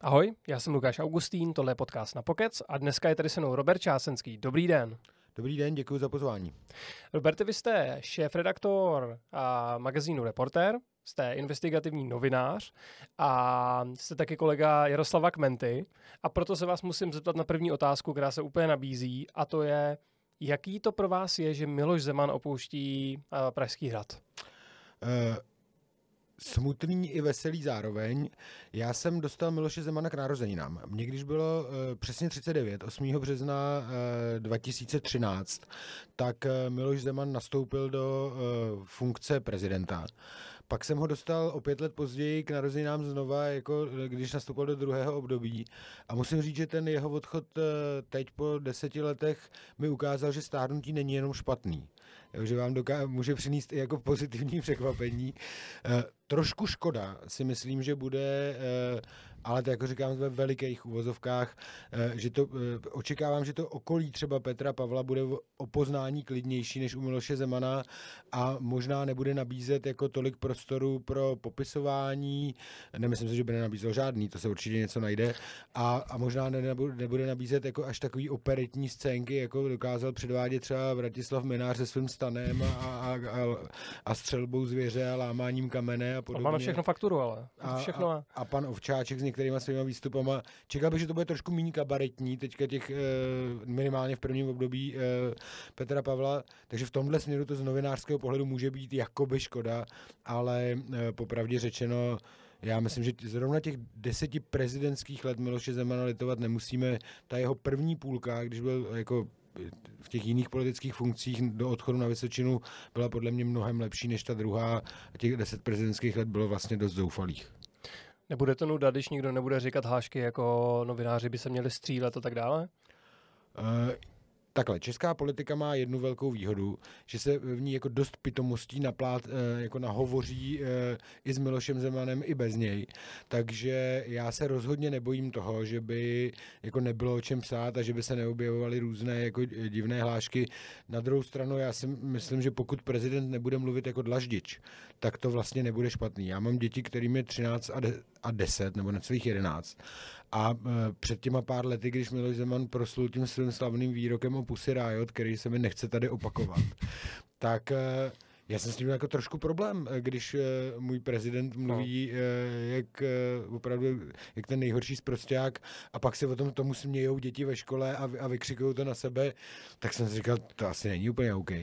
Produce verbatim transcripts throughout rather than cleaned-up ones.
Ahoj, já jsem Lukáš Augustín, tohle je podcast Na Pokec a dneska je tady se mnou Robert Čásenský. Dobrý den. Dobrý den, děkuji za pozvání. Roberte, vy jste šéfredaktor a magazínu Reportér, jste investigativní novinář a jste taky kolega Jaroslava Kmenty a proto se vás musím zeptat na první otázku, která se úplně nabízí, a to je, jaký to pro vás je, že Miloš Zeman opouští uh, Pražský hrad? Uh... Smutný i veselý zároveň. Já jsem dostal Miloše Zemana k narozeninám. Mně když bylo uh, přesně třicet devět, osmého března uh, dva tisíce třináct, tak uh, Miloš Zeman nastoupil do uh, funkce prezidenta. Pak jsem ho dostal o pět let později k narozeninám znova, jako když nastoupil do druhého období. A musím říct, že ten jeho odchod uh, teď po deseti letech mi ukázal, že stárnutí není jenom špatný. Jo, že vám doká- může přinést i jako pozitivní překvapení. Uh, trošku škoda si myslím, že bude, uh, ale to jako říkám ve velikých uvozovkách, uh, že to uh, očekávám, že to okolí třeba Petra Pavla bude o poznání klidnější než u Miloše Zemana a možná nebude nabízet jako tolik prostoru pro popisování. Nemyslím si, že by nenabízel žádný, to se určitě něco najde. A, a možná nebude, nebude nabízet jako až takový operetní scénky, jako dokázal předvádět třeba Vratislav Mynář se svým stanem a, a, a, a střelbou zvěře a lámáním kamene a podobně. On má na všechno fakturu, ale A, všechno a, a pan Ovčáček s některýma svýma výstupama. Čekal bych, že to bude trošku méně kabaretní, teďka těch e, minimálně v prvním období e, Petra Pavla, takže v tomhle směru to z novinářského pohledu může být jakoby škoda, ale e, popravdě řečeno, já myslím, že zrovna těch deseti prezidentských let Miloše Zemana litovat nemusíme. Ta jeho první půlka, když byl jako v těch jiných politických funkcích do odchodu na Vysočinu, byla podle mě mnohem lepší než ta druhá. A těch deset prezidentských let bylo vlastně dost zoufalých. Nebude to nuda, když nikdo nebude říkat hášky, jako novináři by se měli střílet a tak dále? Uh, Takhle, česká politika má jednu velkou výhodu, že se v ní jako dost pitomostí naplát, jako nahovoří i s Milošem Zemanem, i bez něj. Takže já se rozhodně nebojím toho, že by jako nebylo o čem psát a že by se neobjevovaly různé jako divné hlášky. Na druhou stranu já si myslím, že pokud prezident nebude mluvit jako dlaždič, tak to vlastně nebude špatný. Já mám děti, kterým je třináct a deset nebo necelých jedenáct. A před těma pár lety, když Miloš Zeman proslul tím svým slavným výrokem o Pussy Riot, který se mi nechce tady opakovat, tak já jsem s tím jako trošku problém, když můj prezident mluví jak opravdu jak ten nejhorší sprosťák a pak se o tom tomu smějou děti ve škole a, a vykřikují to na sebe, tak jsem si říkal, to asi není úplně OK.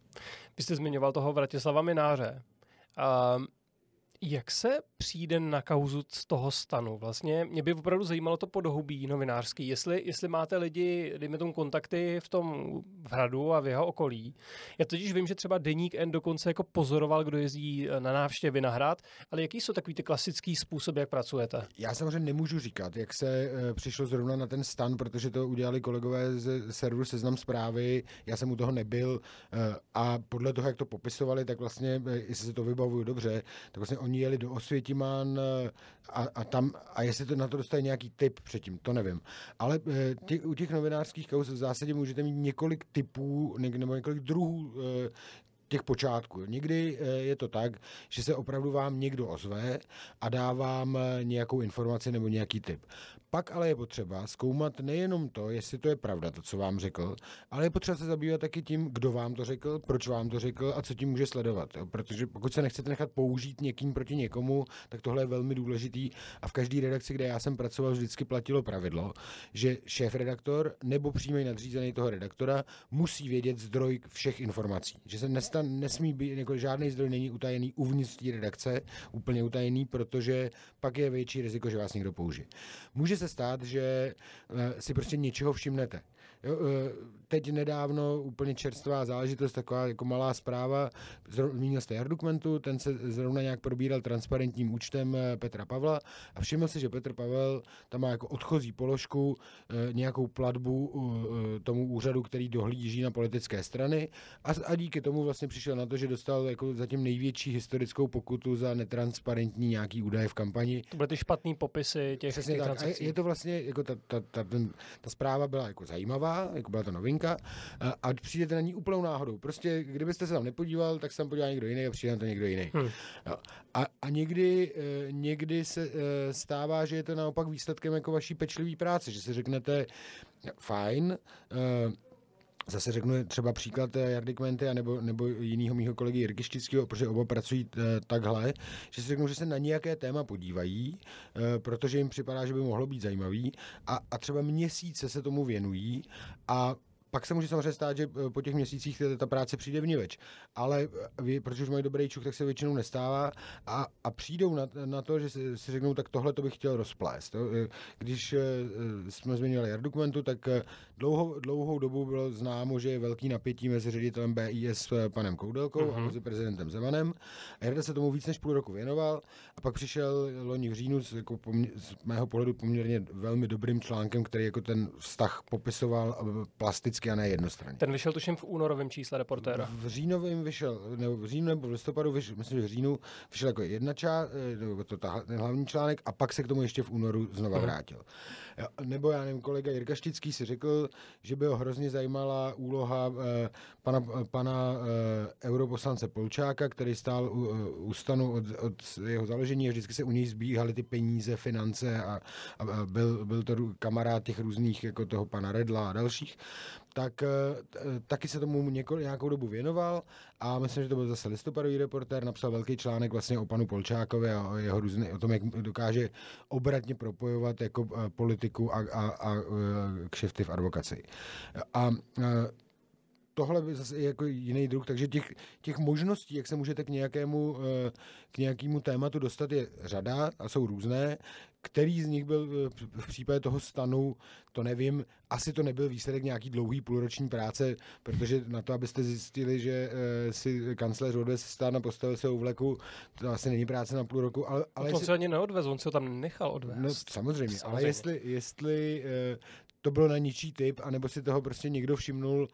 Vy jste zmiňoval toho Vratislava Mynáře. Um... Jak se přijde na kauzu z toho stanu? Vlastně mě by opravdu zajímalo to podhoubí novinářský. Jestli, jestli máte lidi, dejme tomu kontakty v tom v hradu a v jeho okolí. Já totiž vím, že třeba Deník N dokonce jako pozoroval, kdo jezdí na návštěvy na hrad, ale jaký jsou takový ty klasický způsoby, jak pracujete? Já samozřejmě nemůžu říkat, jak se e, přišlo zrovna na ten stan, protože to udělali kolegové z serveru Seznam Zprávy, já jsem u toho nebyl e, a podle toho, jak to popisovali, tak vlastně, e, jestli se to vybavuju dobře, tak vlastně oni jeli do Osvětimán a, a tam, a jestli to na to dostali nějaký tip předtím, to nevím. Ale tě, u těch novinářských kauz v zásadě můžete mít několik typů nebo několik druhů těch počátků. Někdy je to tak, že se opravdu vám někdo ozve a dá vám nějakou informaci nebo nějaký tip. Pak ale je potřeba zkoumat nejenom to, jestli to je pravda, to, co vám řekl, ale je potřeba se zabývat taky tím, kdo vám to řekl, proč vám to řekl a co tím může sledovat. Jo? Protože pokud se nechcete nechat použít někým proti někomu, tak tohle je velmi důležitý a v každé redakci, kde já jsem pracoval, vždycky platilo pravidlo, že šéfredaktor nebo přímý nadřízený toho redaktora musí vědět zdroj všech informací. Že se nestan, nesmí být, jako žádný zdroj není utajený uvnitř té redakce, úplně utajený, protože pak je větší riziko, že vás někdo použije. Může se stát, že si prostě něčeho všimnete. Jo, teď nedávno úplně čerstvá záležitost, taková jako malá zpráva, zmínil jste Jardu Kmentu, ten se zrovna nějak probíral transparentním účtem Petra Pavla a všiml si, že Petr Pavel tam má jako odchozí položku, nějakou platbu tomu úřadu, který dohlíží na politické strany a, a díky tomu vlastně vlastně přišel na to, že dostal jako zatím největší historickou pokutu za netransparentní nějaký údaje v kampani. To byly ty špatný popisy těch, těch transakcí. A je to vlastně, jako ta, ta, ta, ten, ta zpráva byla jako zajímavá, jako byla to novinka, a, a přijdete na ní úplnou náhodou. Prostě, kdybyste se tam nepodíval, tak se tam podívá někdo jiný a přijde na to někdo jiný. Hmm. A, a někdy, někdy se stává, že je to naopak výsledkem jako vaší pečlivé práce, že si řeknete, fajn, zase řeknu třeba příklad Jardy Kmenty nebo, nebo jinýho mýho kolegy Jirky Štického, protože oba pracují takhle, že si řeknu, že se na nějaké téma podívají, protože jim připadá, že by mohlo být zajímavý a, a třeba měsíce se tomu věnují a pak se může samozřejmě stát, že po těch měsících ta práce přijde vniveč. Ale vy, protože už mají dobrý čuch, tak se většinou nestává a, a přijdou na, na to, že si, si řeknou, tak tohle to bych chtěl rozplést. Když jsme zmiňovali Jardu Kmentu, tak dlouhou, dlouhou dobu bylo známo, že je velký napětí mezi ředitelem B I S panem Koudelkou uh-huh. a mezi prezidentem Zemanem. A Jarda se tomu víc než půl roku věnoval a pak přišel loni v říjnu z, jako pomě, z mého pohledu poměrně velmi dobrým článkem, který jako ten vztah popisoval plasticky a ne jednostranně. Ten vyšel tuším v únorovém čísle Reportéra. V říjnovém vyšel, nebo v říjnu nebo v listopadu, vyšel, myslím, že v říjnu vyšel jako jedna část, to, ta, ten hlavní článek a pak se k tomu ještě v únoru znova hmm. vrátil. Nebo já nevím, kolega Jirka Štický si řekl, že by ho hrozně zajímala úloha eh, pana, pana eh, europoslance Polčáka, který stál u, u stanu od, od jeho založení a vždycky se u něj zbíhaly ty peníze, finance a, a byl, byl to kamarád těch různých, jako toho pana Redla a dalších. Tak taky se tomu něko, nějakou dobu věnoval a myslím, že to byl zase listopadový Reportér, napsal velký článek vlastně o panu Polčákovi a o jeho různý, o tom, jak dokáže obratně propojovat jako politiku a, a, a kšefty v advokaci. A, a tohle by zase jako jiný druh, takže těch, těch možností, jak se můžete k nějakému, k nějakému tématu dostat, je řada a jsou různé. Který z nich byl v případě toho stanu, to nevím. Asi to nebyl výsledek nějaký dlouhý půlroční práce, protože na to, abyste zjistili, že si kancléř odvez stan a postavil se u vleku, to asi není práce na půl roku. Ale, ale to jestli... se ani neodvez, on se ho tam nechal odvést. No samozřejmě, samozřejmě. ale jestli, jestli to bylo na ničí typ, anebo si toho prostě někdo všimnul,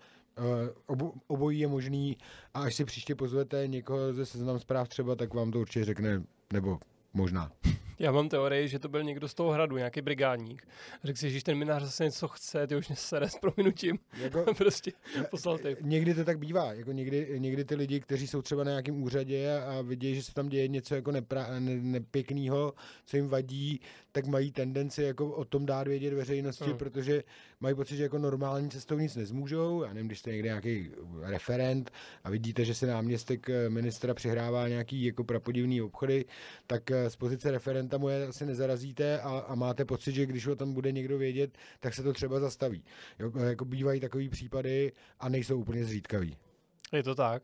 Obo, obojí je možný a až si příště pozvete někoho ze Seznam Zpráv třeba, tak vám to určitě řekne, nebo možná. Já mám teorii, že to byl někdo z toho hradu, nějaký brigádník. Řekl si, že ten minář zase něco chce, ty už nesere s prominutím. Jako, prostě poslal typ. Někdy to tak bývá. Jako někdy, někdy ty lidi, kteří jsou třeba na nějakém úřadě a, a vidí, že se tam děje něco jako nepra, ne, nepěkného, co jim vadí, tak mají tendenci jako o tom dát vědět veřejnosti, hmm. protože mají pocit, že jako normální cestou nic nezmůžou. Já nevím, když jste někde nějaký referent a vidíte, že se náměstek ministra přihrává nějaký jako prapodivný obchody, tak z pozice referenta mu je asi nezarazíte a, a máte pocit, že když ho tam bude někdo vědět, tak se to třeba zastaví. Jo, jako bývají takový případy a nejsou úplně zřídkaví. Je to tak.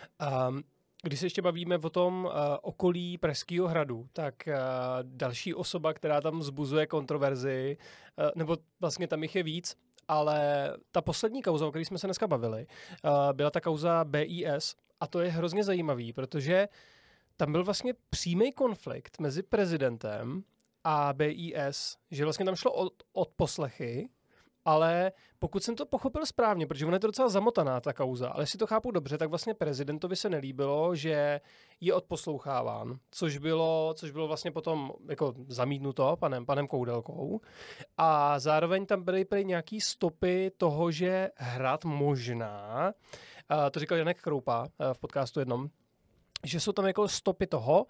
Um, když se ještě bavíme o tom uh, okolí Pražského hradu, tak uh, další osoba, která tam vzbuzuje kontroverzi, uh, nebo vlastně tam jich je víc, ale ta poslední kauza, o které jsme se dneska bavili, uh, byla ta kauza B I S a to je hrozně zajímavý, protože tam byl vlastně přímý konflikt mezi prezidentem a B I S, že vlastně tam šlo o odposlechy, ale pokud jsem to pochopil správně, protože ona je to docela zamotaná ta kauza, ale jestli to chápu dobře, tak vlastně prezidentovi se nelíbilo, že je odposloucháván, což bylo, což bylo vlastně potom jako zamítnuto panem, panem Koudelkou. A zároveň tam byly prý nějaký stopy toho, že Hrad možná, to říkal Janek Kroupa v podcastu jednom, že jsou tam jako stopy toho,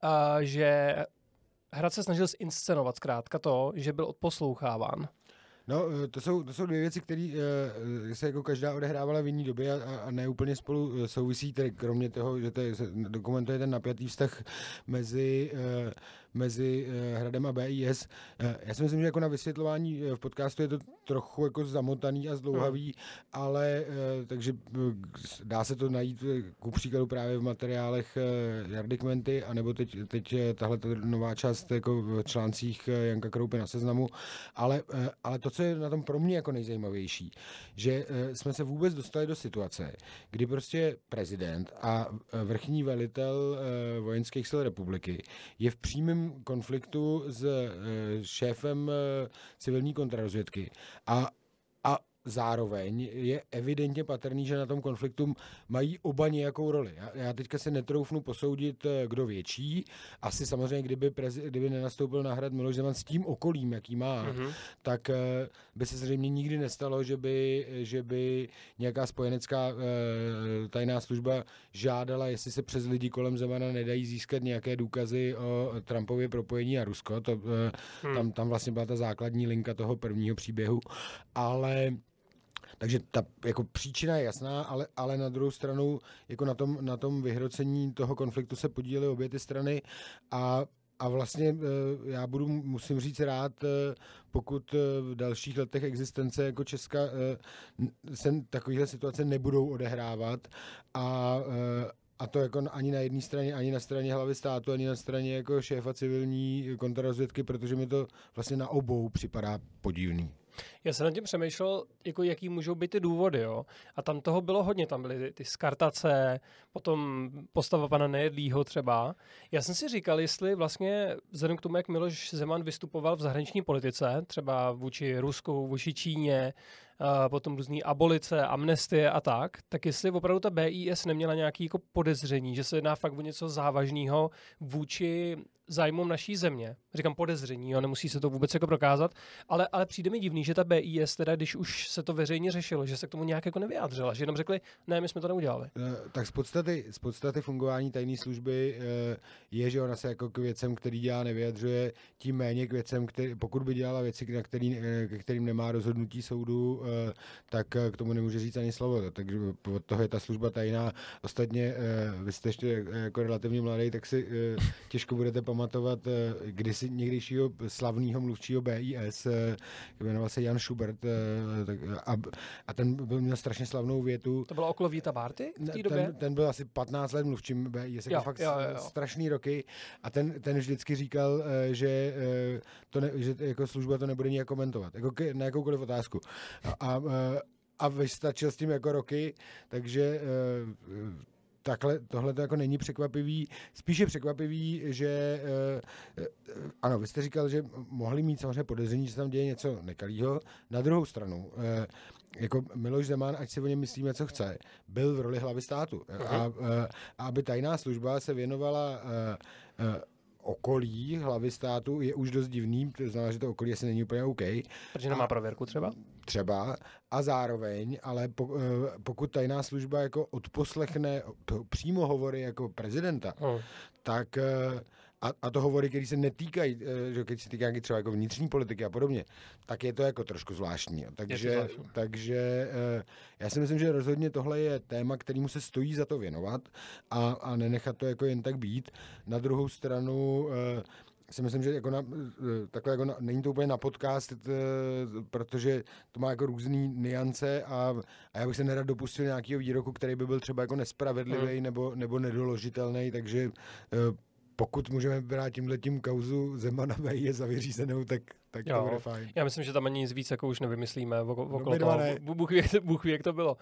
že Hrad se snažil zinscenovat zkrátka to, že byl odposloucháván. No, to jsou, to jsou dvě věci, které se jako každá odehrávala v jiný době a, a ne úplně spolu souvisí, tedy kromě toho, že to je, dokumentuje ten napjatý vztah mezi, mezi Hradem a B I S. Já si myslím, že jako na vysvětlování v podcastu je to trochu jako zamotaný a zdlouhavý, hmm. ale takže dá se to najít ku příkladu právě v materiálech Jardy Kmenty, anebo teď, teď tahle nová část jako v článcích Janka Kroupy na Seznamu, ale, ale to, co je na tom pro mě jako nejzajímavější, že jsme se vůbec dostali do situace, kdy prostě prezident a vrchní velitel vojenských sil republiky je v přímém konfliktu s šéfem civilní kontrarozvědky a, a zároveň je evidentně patrný, že na tom konfliktu mají oba nějakou roli. Já, já teďka se netroufnu posoudit, kdo větší. Asi samozřejmě, kdyby, prezi, kdyby nenastoupil na hrad Miloš Zeman s tím okolím, jaký má, mm-hmm. tak by se zřejmě nikdy nestalo, že by, že by nějaká spojenecká eh, tajná služba žádala, jestli se přes lidi kolem Zemana nedají získat nějaké důkazy o Trumpově propojení a Rusko. To, eh, hmm. tam, tam vlastně byla ta základní linka toho prvního příběhu. Ale takže ta jako příčina je jasná, ale, ale na druhou stranu jako na tom, na tom vyhrocení toho konfliktu se podílely obě ty strany a A vlastně já budu, musím říct, rád, pokud v dalších letech existence jako Česka se takovéhle situace nebudou odehrávat a, a to jako ani na jedné straně, ani na straně hlavy státu, ani na straně jako šéfa civilní kontrarozvědky, protože mi to vlastně na obou připadá podivný. Já jsem nad tím přemýšlel, jako jaký můžou být ty důvody, jo. A tam toho bylo hodně, tam byly ty, ty skartace, potom postava pana Nejedlýho třeba. Já jsem si říkal, jestli vlastně vzhledem k tomu, jak Miloš Zeman vystupoval v zahraniční politice, třeba vůči Rusku, vůči Číně, a potom různý abolice, amnestie a tak, tak jestli opravdu ta B I S neměla nějaké jako podezření, že se jedná fakt o něco závažného vůči zájmům naší země. Říkám podezření, jo, nemusí se to vůbec jako prokázat, ale, ale přijde mi divný, že ta B I S teda, když už se to veřejně řešilo, že se k tomu nějak jako nevyjádřila, že jenom řekli, ne, my jsme to neudělali. Tak z podstaty, z podstaty fungování tajné služby je, že ona se jako k věcem, který dělá, nevyjadřuje, tím méně k věcem, který, pokud by dělala věci, na který, ke kterým nemá rozhodnutí soudu, tak k tomu nemůže říct ani slovo. Takže od toho je ta služba tajná. Ostatně vy jste ještě jako relativně mladý, tak si těžko budete pamatovat kdysi někdejšího slavného mluvčího B I S, jmenoval se Jan Schubert a, a ten byl, měl strašně slavnou větu. To bylo okolo Víta Bárty v té době? Ten, ten byl asi patnáct let mluvčím B I S, jako fakt jo, jo, jo. strašný roky a ten, ten vždycky říkal, že, to ne, že jako služba to nebude nijak komentovat, jako na jakoukoliv otázku. A, a, a vystačil s tím jako roky, takže takhle, tohle to jako není překvapivý. Spíše překvapivý, že ano, vy jste říkal, že mohli mít samozřejmě podezření, že se tam děje něco nekalýho. Na druhou stranu, jako Miloš Zeman, ať si o něm myslíme, co chce, byl v roli hlavy státu. Uh-huh. A, a aby tajná služba se věnovala okolí hlavy státu je už dost divný, to znamená, že to okolí asi není úplně OK. Protože nemá prověrku třeba? Třeba. A zároveň, ale pokud tajná služba jako odposlechne přímo hovory jako prezidenta, hmm. tak a, a to hovory, které se netýkají, že když se týká třeba jako vnitřní politiky a podobně, tak je to jako trošku zvláštní. Takže, zvláštní. takže já si myslím, že rozhodně tohle je téma, kterému se stojí za to věnovat a, a nenechat to jako jen tak být. Na druhou stranu si myslím, že jako na, takhle jako na, není to úplně na podcast, t, protože to má jako různý niance a, a já bych se nerad dopustil nějakého výroku, který by byl třeba jako nespravedlivý hmm. nebo, nebo nedoložitelný, takže pokud můžeme brát tímhletím kauzu Zemana je za vyřízenou, tak, tak to bude fajn. Já myslím, že tam ani nic víc jako už nevymyslíme okolo no, toho. Bůh ví, Bůh ví, jak to bylo. Uh,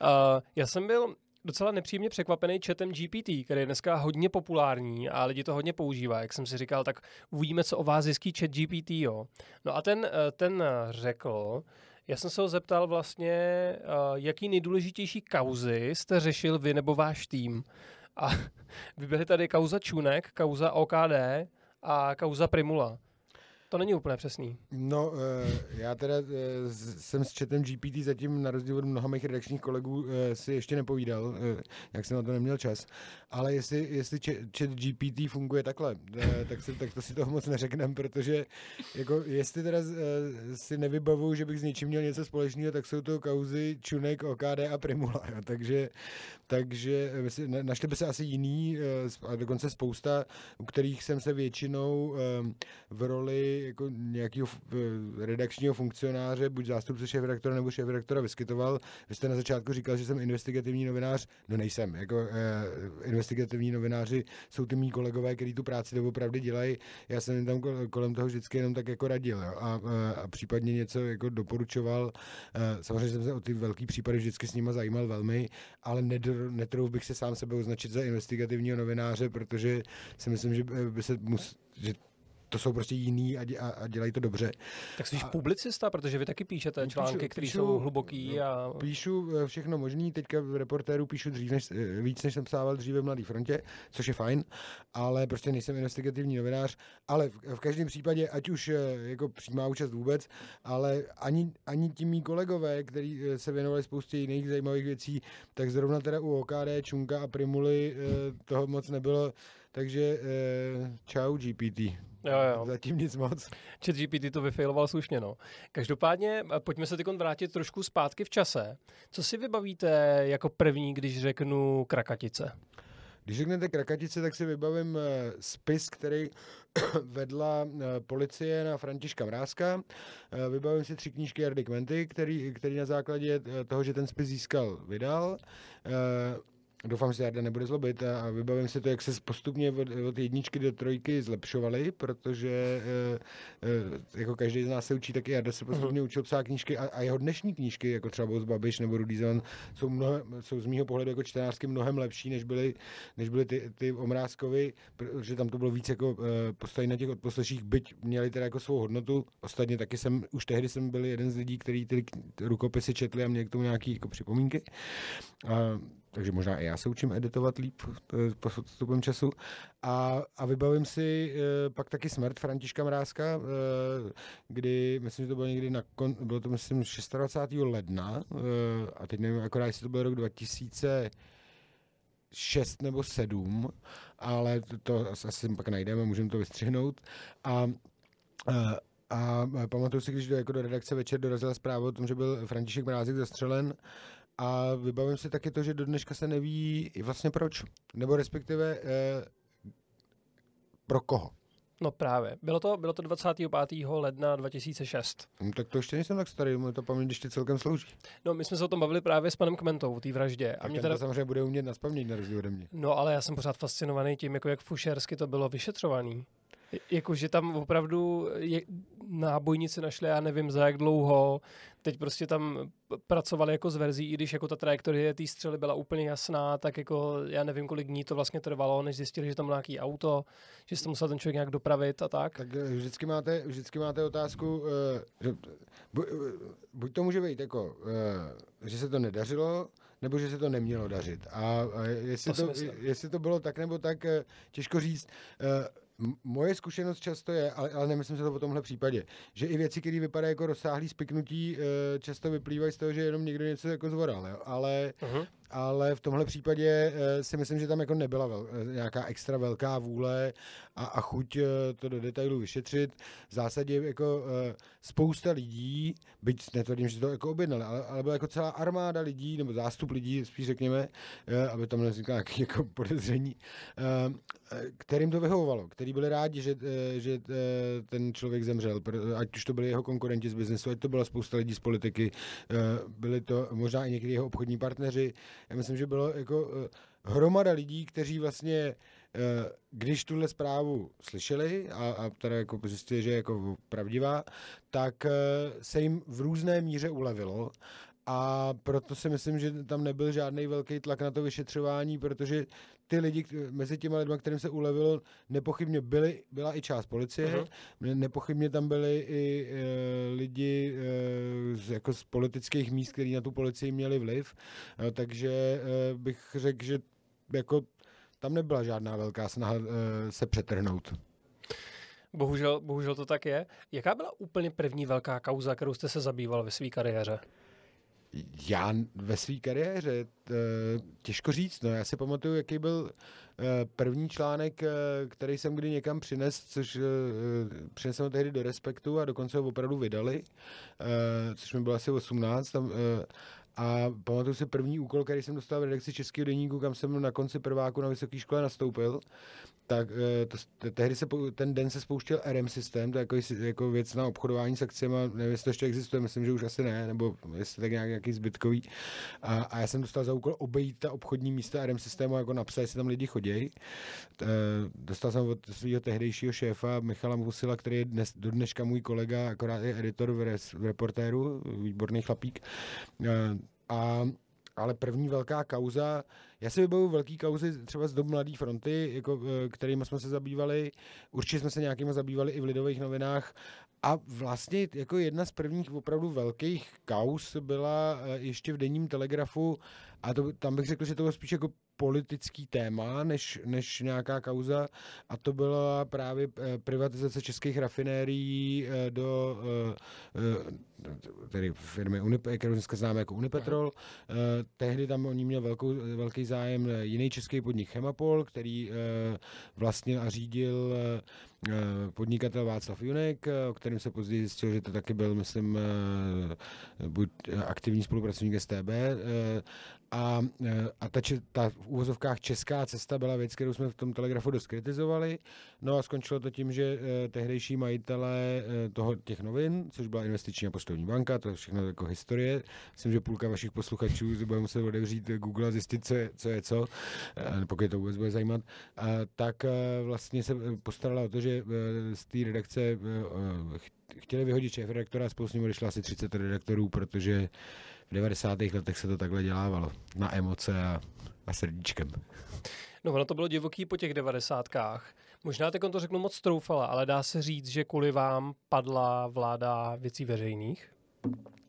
já jsem byl docela nepříjemně překvapený chatem G P T, který je dneska hodně populární a lidi to hodně používají. Jak jsem si říkal, tak uvidíme, co o vás zjistí chat G P T, jo. No a ten, ten řekl, já jsem se ho zeptal vlastně, jaký nejdůležitější kauzy jste řešil vy nebo váš tým. A vyběhly tady kauza Čunek, kauza O K D a kauza Primula. To není úplně přesný. No, já teda jsem s chatem G P T zatím na rozdíl od mnoha mých redakčních kolegů si ještě nepovídal, jak jsem na to neměl čas, ale jestli, jestli chat G P T funguje takhle, tak, si, tak to si toho moc neřeknem, protože jako jestli teda si nevybavuju, že bych s něčím měl něco společného, tak jsou to kauzy Čunek, O K D a Primula. Jo. Takže, takže našli by se asi jiný, a dokonce spousta, u kterých jsem se většinou v roli jako nějakého redakčního funkcionáře, buď zástupce šéfredaktora nebo šéfredaktora vyskytoval. Vy jste na začátku říkal, že jsem investigativní novinář. No nejsem. Jako eh, investigativní novináři jsou ty mý kolegové, kteří tu práci doopravdy dělají. Já jsem tam kolem toho vždycky jenom tak jako radil, jo. A, a případně něco jako doporučoval. Eh, samozřejmě jsem se o ty velký případy vždycky s nima zajímal velmi, ale netrouf bych se sám sebe označit za investigativního novináře, protože si myslím, že by se mus, že to jsou prostě jiný a, dě, a dělají to dobře. Tak jsi a, publicista, protože vy taky píšete články, které jsou hluboký. A... Píšu všechno možný, teďka v Reportéru píšu dřív než, víc, než jsem psával dříve v Mladé frontě, což je fajn, ale prostě nejsem investigativní novinář, ale v, v každém případě, ať už jako přímá účast vůbec, ale ani, ani ti mý kolegové, kteří se věnovali spoustě jiných zajímavých věcí, tak zrovna teda u O K D, Čunka a Primuly toho moc nebylo, takže čau G P T. Jo, jo. Zatím nic moc. Chat G P T to vyfailoval slušně, no. Každopádně, pojďme se teď vrátit trošku zpátky v čase. Co si vybavíte jako první, když řeknu Krakatice? Když řeknete Krakatice, tak si vybavím spis, který vedla policie na Františka Mrázka. Vybavím si tři knížky Jardy Kmenty, který, který na základě toho, že ten spis získal, vydal. Doufám, že se Jarda nebude zlobit a vybavím si to, jak se postupně od, od jedničky do trojky zlepšovali, protože e, jako každý z nás se učí, tak i Jarda se postupně učil psát knížky a, a jeho dnešní knížky, jako třeba Boz Babiš nebo Rudý Zeman, jsou, mnohem, jsou z mýho pohledu jako čtenářsky mnohem lepší, než byly, než byly ty, ty o Mrázkovi, protože tam to bylo víc jako e, postaví na těch odposleších, byť měli teda jako svou hodnotu. Ostatně taky jsem, už tehdy jsem byl jeden z lidí, kteří ty rukopisy četli a měli k tomu nějaké jako připomínky. A, takže možná i já se učím editovat líp postupem času. A, a vybavím si e, pak taky Smrt Františka Mrázka, e, kdy, myslím, že to bylo někdy na kon, bylo to myslím dvacátého šestého ledna, e, a teď nevím, akorát jestli to byl rok dva tisíce šest nebo sedm, ale to, to asi pak najdeme, můžeme to vystřihnout. A, a A pamatuju si, když do, jako do redakce večer dorazila zpráva o tom, že byl František Mrázek zastřelen. A vybavím si taky to, že do dneška se neví vlastně proč. Nebo respektive eh, pro koho. No právě. Bylo to, bylo to dvacátého pátého ledna dva tisíce šest. No, tak to ještě nejsem tak starý, mu to paměť ještě celkem slouží. No, my jsme se o tom bavili právě s panem Kmentou, o té vraždě. A mě teda... to samozřejmě bude umět nazpaměť na rozdíl ode mě. No, ale já jsem pořád fascinovaný tím, jako jak fušersky to bylo vyšetřovaný. Jakože tam opravdu je, nábojníci našli, já nevím za jak dlouho, teď prostě tam pracovali jako s verzí, i když jako ta trajektorie té střely byla úplně jasná, tak jako já nevím, kolik dní to vlastně trvalo, než zjistili, že tam bylo nějaký auto, že se to musel ten člověk nějak dopravit a tak. Tak vždycky máte, vždycky máte otázku, že buď to může být jako, že se to nedařilo, nebo že se to nemělo dařit. A jestli to, to, jestli to bylo tak nebo tak, těžko říct. Moje zkušenost často je, ale, ale nemyslím se to v tomhle případě, že i věci, které vypadají jako rozsáhlý spiknutí, často vyplývají z toho, že jenom někdo něco jako zvoral, jo? Ale, uh-huh. ale v tomhle případě si myslím, že tam jako nebyla vel, nějaká extra velká vůle a, a chuť to do detailu vyšetřit. V zásadě jako spousta lidí, byť netvrdím, že to jako objednali, ale, ale byla jako celá armáda lidí, nebo zástup lidí, spíš řekněme, aby tam nevznikla nějaké jako podezření, kterým to vyhovovalo, který byli rádi, že, že ten člověk zemřel, ať už to byli jeho konkurenti z biznesu, ať to byla spousta lidí z politiky, byli to možná i někdy jeho obchodní partneři. Já myslím, že bylo jako hromada lidí, kteří vlastně, když tuhle zprávu slyšeli a, a teda jako zjistili, že je jako pravdivá, tak se jim v různé míře ulevilo. A proto si myslím, že tam nebyl žádný velký tlak na to vyšetřování, protože ty lidi, mezi těma lidma, kterým se ulevilo, nepochybně byly, byla i část policie, uh-huh. nepochybně tam byli i e, lidi e, z, jako z politických míst, kteří na tu policii měli vliv, e, takže e, bych řekl, že jako tam nebyla žádná velká snaha e, se přetrhnout. Bohužel, bohužel to tak je. Jaká byla úplně první velká kauza, kterou jste se zabýval ve své kariéře? Já ve své kariéře, těžko říct, no já si pamatuju, jaký byl první článek, který jsem kdy někam přines, což přinesl tehdy do Respektu a dokonce ho opravdu vydali, což mi bylo asi osmnáct tam, a pamatuju si první úkol, který jsem dostal v redakci Českého deníku, kam jsem na konci prváku na vysoké škole nastoupil, tak to, to, tehdy se, ten den se spouštěl R M systém, to je jako, jako věc na obchodování s akciemi, nevím, jestli to ještě existuje, myslím, že už asi ne, nebo jestli tak nějak, nějaký zbytkový. A, a já jsem dostal za úkol obejít ta obchodní místa R M systému, jako napsat, jestli tam lidi chodí. Dostal jsem od svého tehdejšího šéfa Michala Musila, který je dnes, do dneška můj kolega, akorát je editor v, res, v Reportéru, výborný chlapík. A, ale první velká kauza, já si vybavuju velký kauzy třeba z dob Mladé fronty, jako, kterými jsme se zabývali. Určitě jsme se nějakými zabývali i v Lidových novinách. A vlastně jako jedna z prvních opravdu velkých kauz byla ještě v denním Telegrafu, a to, tam bych řekl, že to bylo spíš jako politický téma, než, než nějaká kauza, a to byla právě privatizace českých rafinérií do tedy firmy, kterou dneska známe jako Unipetrol. Tehdy tam o ní měl velkou, velký zájem jiný český podnik Chemapol, který vlastnil a řídil podnikatel Václav Junek, o kterém se později zjistil, že to taky byl, myslím, buď aktivní spolupracovník S T B. A, a ta, ta v úvozovkách česká cesta byla věc, kterou jsme v tom Telegrafu dost kritizovali. No a skončilo to tím, že tehdejší majitelé toho, těch novin, což byla Investiční a poštovní banka, to je všechno jako historie. Myslím, že půlka vašich posluchačů bude muset otevřít Google a zjistit, co je co, je co pokud to vůbec bude zajímat. A, tak vlastně se postarala o to, že z té redakce chtěli vyhodit šéfredaktora a spolu s ním odešlo asi třicet redaktorů, protože v devadesátých letech se to takhle dělávalo. Na emoce a, a srdíčkem. No ono to bylo divoký po těch devadesátkách. Možná teď to řeknu moc troufala, ale dá se říct, že kvůli vám padla vláda Věcí veřejných? Uh,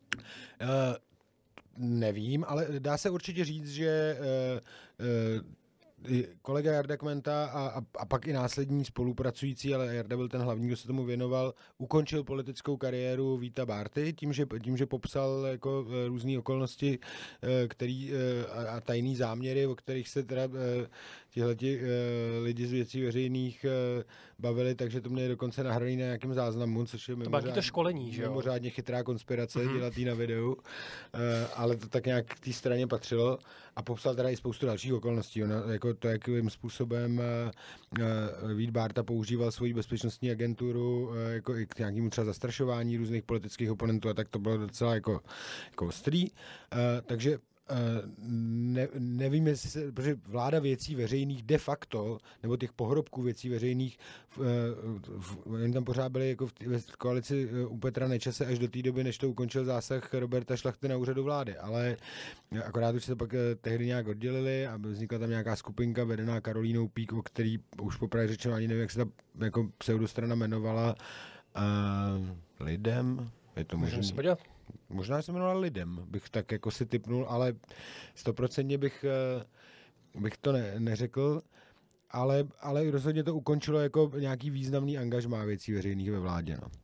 nevím, ale dá se určitě říct, že uh, uh, kolega Jarda Kmenta a, a, a pak i následní spolupracující, ale Jarda byl ten hlavní, kdo se tomu věnoval, ukončil politickou kariéru Víta Bárty tím, že, tím, že popsal jako různé okolnosti který, a, a tajný záměry, o kterých se teda tihleti lidi z Věcí veřejných bavili, takže to měli dokonce nahraný na nějakém záznamu, což je mimořádně, to školení, že jo? Mimořádně chytrá konspirace, mm-hmm. dělatý na videu, ale to tak nějak k té straně patřilo, a popsal teda i spoustu dalších okolností. Ona, jako to, jakým způsobem Vít Bárta používal svoji bezpečnostní agenturu jako i k nějakému třeba zastrašování různých politických oponentů, a tak to bylo docela jako, jako ostrý. Takže Ne, nevím, jestli se, protože vláda Věcí veřejných de facto, nebo těch pohrobků Věcí veřejných, v, v, v, tam pořád byli jako v, v koalici u Petra Nečase až do té doby, než to ukončil zásah Roberta Šlachty na úřadu vlády, ale akorát už se to pak tehdy nějak oddělili a vznikla tam nějaká skupinka vedená Karolínou Pík, o který už popravdě řečeno ani nevím, jak se ta jako pseudostrana jmenovala, uh, Lidem, je to možný. Možná se jmenoval Lidem, bych tak jako si tipnul, ale stoprocentně bych, bych to ne, neřekl, ale, ale rozhodně to ukončilo jako nějaký významný angažmá Věcí veřejných ve vládě. No.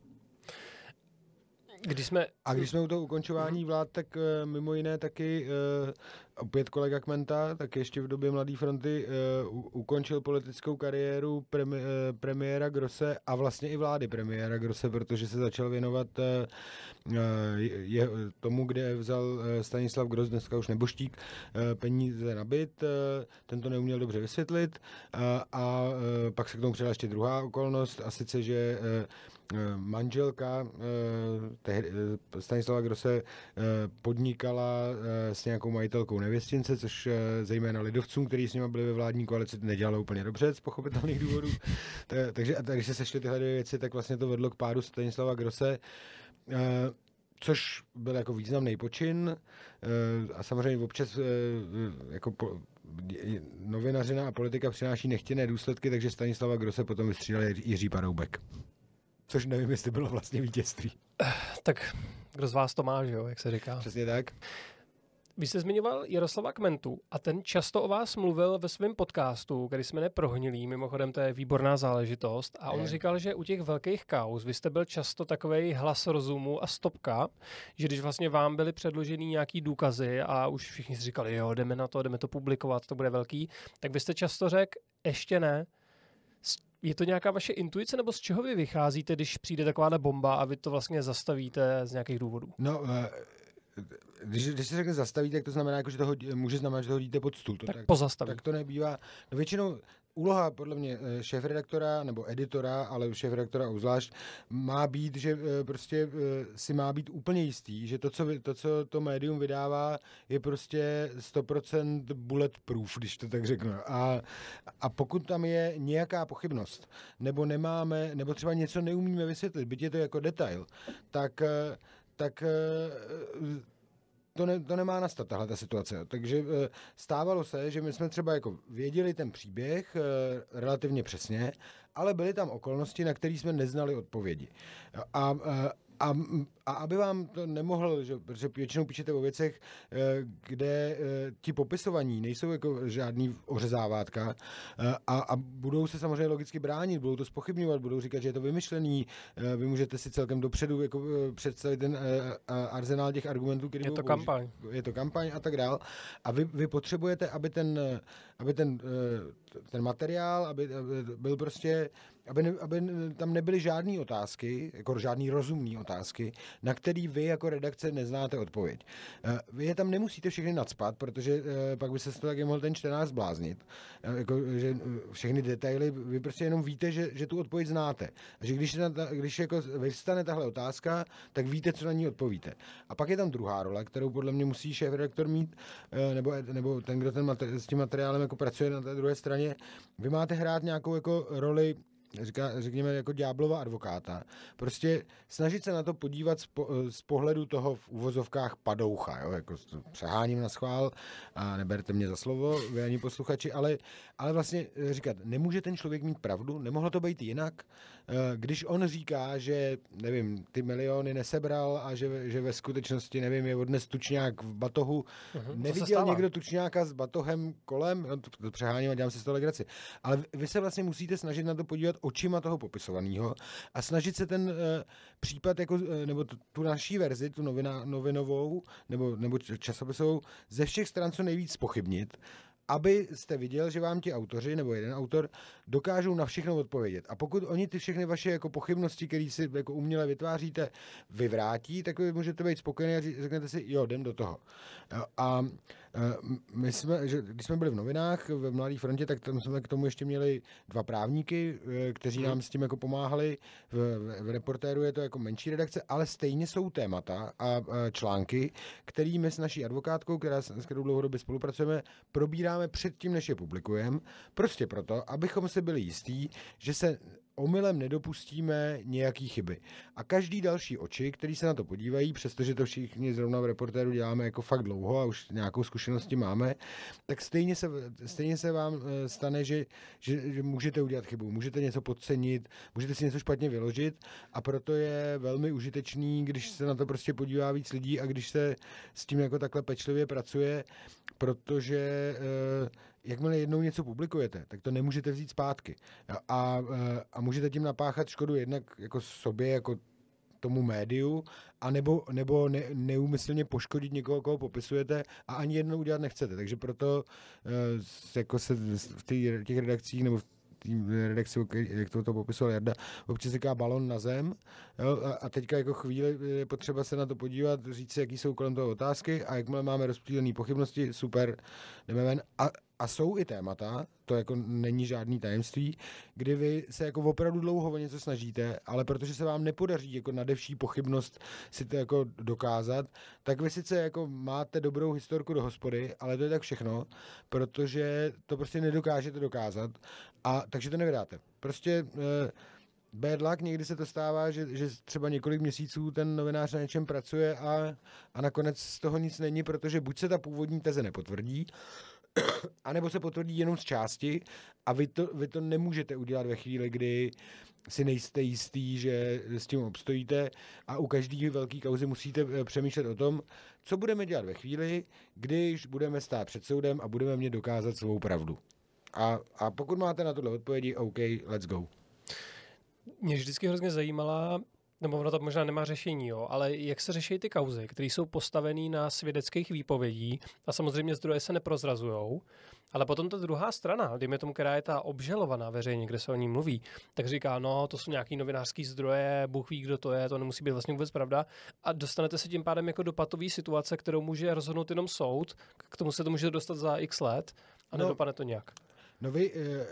Když jsme... A když jsme u toho ukončování vlád, tak mimo jiné taky opět kolega Kmenta, tak ještě v době Mladé fronty ukončil politickou kariéru premi, premiéra Grosse a vlastně i vlády premiéra Grosse, protože se začal věnovat je, tomu, kde vzal Stanislav Gross, dneska už neboštík, peníze na byt. Ten to neuměl dobře vysvětlit a, a pak se k tomu přidala ještě druhá okolnost, a sice, že manželka Stanislava Grosse podnikala s nějakou majitelkou nevěstince, což zejména lidovcům, kteří s nimi byli ve vládní koalici, nedělalo úplně dobře z pochopitelných důvodů. Takže a když se sešly tyhle dvě věci, tak vlastně to vedlo k pádu Stanislava Grosse, což byl jako významný počin, a samozřejmě občas jako po, novinařina a politika přináší nechtěné důsledky, takže Stanislava Grosse potom vystřídal Jiří Paroubek. Což nevím, jestli bylo vlastně vítězství. Tak kdo z vás to má, že jo, jak se říká. Přesně tak. Vy jste zmiňoval Jaroslava Kmentu a ten často o vás mluvil ve svém podcastu, který jsme neprohnilí, mimochodem to je výborná záležitost, a on je. říkal, že u těch velkých kauz vy jste byl často takovej hlas rozumu a stopka, že když vlastně vám byly předložený nějaký důkazy a už všichni si říkali, jo, jdeme na to, jdeme to publikovat, to bude velký, tak vy jste často řekl, ještě ne. Je to nějaká vaše intuice, nebo z čeho vy vycházíte, když přijde takováhle bomba a vy to vlastně zastavíte z nějakých důvodů? No, uh... Když, když se řekne zastavíte, tak to znamená, jako, že to hodí, může znamenat, že to hodíte pod stůl. To tak, tak pozastaví. Tak to nebývá. No většinou úloha podle mě šéfredaktora nebo editora, ale šéfredaktora obzvlášť, má být, že prostě si má být úplně jistý, že to, co, to, co to médium vydává, je prostě sto procent bulletproof, když to tak řeknu. A, a pokud tam je nějaká pochybnost, nebo nemáme, nebo třeba něco neumíme vysvětlit, byť je to jako detail, tak tak to, ne, to nemá nastat, tahle ta situace. Jo. Takže stávalo se, že my jsme třeba jako věděli ten příběh relativně přesně, ale byly tam okolnosti, na které jsme neznali odpovědi. A, a, a aby vám to nemohl, že, protože většinou píšete o věcech, kde ti popisovaní nejsou jako žádný ořezávátka a, a budou se samozřejmě logicky bránit, budou to zpochybňovat, budou říkat, že je to vymyšlený, vy můžete si celkem dopředu jako představit ten arzenál těch argumentů, který je to použi- kampaň. Je to kampaň a tak dál. A vy, vy potřebujete, aby ten, aby ten, ten materiál, aby, aby byl prostě, aby, ne, aby tam nebyly žádné otázky, jako žádný rozumný otázky, na který vy jako redakce neznáte odpověď. Vy je tam nemusíte všechny nacpat, protože pak by se z toho taky mohl ten čtenář zbláznit. Jako, že všechny detaily, vy prostě jenom víte, že, že tu odpověď znáte. A že když, když jako vyvstane tahle otázka, tak víte, co na ní odpovíte. A pak je tam druhá role, kterou podle mě musí šéfredaktor mít, nebo, nebo ten, kdo ten materi- s tím materiálem jako pracuje na té druhé straně. Vy máte hrát nějakou jako roli, říká, řekněme, jako ďáblova advokáta. Prostě snažit se na to podívat z, po, z pohledu toho v uvozovkách padoucha, jo? Jako přeháním na schvál a neberte mě za slovo, vy ani posluchači, ale, ale vlastně říkat, nemůže ten člověk mít pravdu, nemohlo to být jinak. Když on říká, že, nevím, ty miliony nesebral a že, že ve skutečnosti, nevím, je odnes tučňák v batohu, uh-huh, neviděl někdo tučňáka s batohem kolem, to, to přeháním a dělám si z toho legraci. Ale vy se vlastně musíte snažit na to podívat očima toho popisovaného a snažit se ten uh, případ, jako, uh, nebo tu, tu naší verzi, tu novina, novinovou, nebo, nebo časopisovou, ze všech stran co nejvíc zpochybnit, abyste viděl, že vám ti autoři, nebo jeden autor, dokážou na všechno odpovědět. A pokud oni ty všechny vaše jako pochybnosti, které si jako uměle vytváříte, vyvrátí, tak vy můžete být spokojený a řeknete si, jo, jdem do toho. A my jsme, že, když jsme byli v novinách ve Mladé frontě, tak tam jsme k tomu ještě měli dva právníky, kteří nám s tím jako pomáhali. V, v Reportéru je to jako menší redakce, ale stejně jsou témata a články, kterými s naší advokátkou, která, s kterou dlouhodobě spolupracujeme, probíráme předtím, než je publikujeme, prostě proto, abychom si byli jistí, že se omylem nedopustíme nějaký chyby. A každý další oči, který se na to podívají, přestože to všichni zrovna v Reportéru děláme jako fakt dlouho a už nějakou zkušenosti máme, tak stejně se, stejně se vám stane, že, že, že můžete udělat chybu, můžete něco podcenit, můžete si něco špatně vyložit a proto je velmi užitečný, když se na to prostě podívá víc lidí a když se s tím jako takhle pečlivě pracuje, protože jakmile jednou něco publikujete, tak to nemůžete vzít zpátky. A, a můžete tím napáchat škodu jednak jako sobě, jako tomu médiu, anebo, nebo ne, neúmyslně poškodit někoho, koho popisujete a ani jednou udělat nechcete. Takže proto jako se v těch redakcích nebo v redakci, jak to, to popisoval Jarda, občas říká balon na zem, jo, a, a teďka jako chvíli je potřeba se na to podívat, říct si, jaký jsou kolem toho otázky a jakmile máme rozptýlené pochybnosti, super, jdeme ven. A, a jsou i témata, to jako není žádný tajemství, kdy vy se jako opravdu dlouho o něco snažíte, ale protože se vám nepodaří jako nadevší pochybnost si to jako dokázat, tak vy sice jako máte dobrou historku do hospody, ale to je tak všechno, protože to prostě nedokážete dokázat a takže to nevydáte. Prostě eh, bad luck, někdy se to stává, že, že třeba několik měsíců ten novinář na něčem pracuje a, a nakonec z toho nic není, protože buď se ta původní teze nepotvrdí, anebo se potvrdí jenom z části a vy to, vy to nemůžete udělat ve chvíli, kdy si nejste jistý, že s tím obstojíte a u každé velké kauzy musíte přemýšlet o tom, co budeme dělat ve chvíli, když budeme stát před soudem a budeme mě dokázat svou pravdu. A, a pokud máte na tohle odpovědi, OK, let's go. Mě vždycky hrozně zajímala, nebo ono to možná nemá řešení, jo, ale jak se řeší ty kauzy, které jsou postavené na svědeckých výpovědí a samozřejmě zdroje se neprozrazujou, ale potom ta druhá strana, dejme tomu, která je ta obžalovaná veřejně, kde se o ní mluví, tak říká, no, to jsou nějaký novinářský zdroje, Bůh ví, kdo to je, to nemusí být vlastně vůbec pravda a dostanete se tím pádem jako do patové situace, kterou může rozhodnout jenom soud, k tomu se to může dostat za x let a no. Nedopadne to nějak. No vy,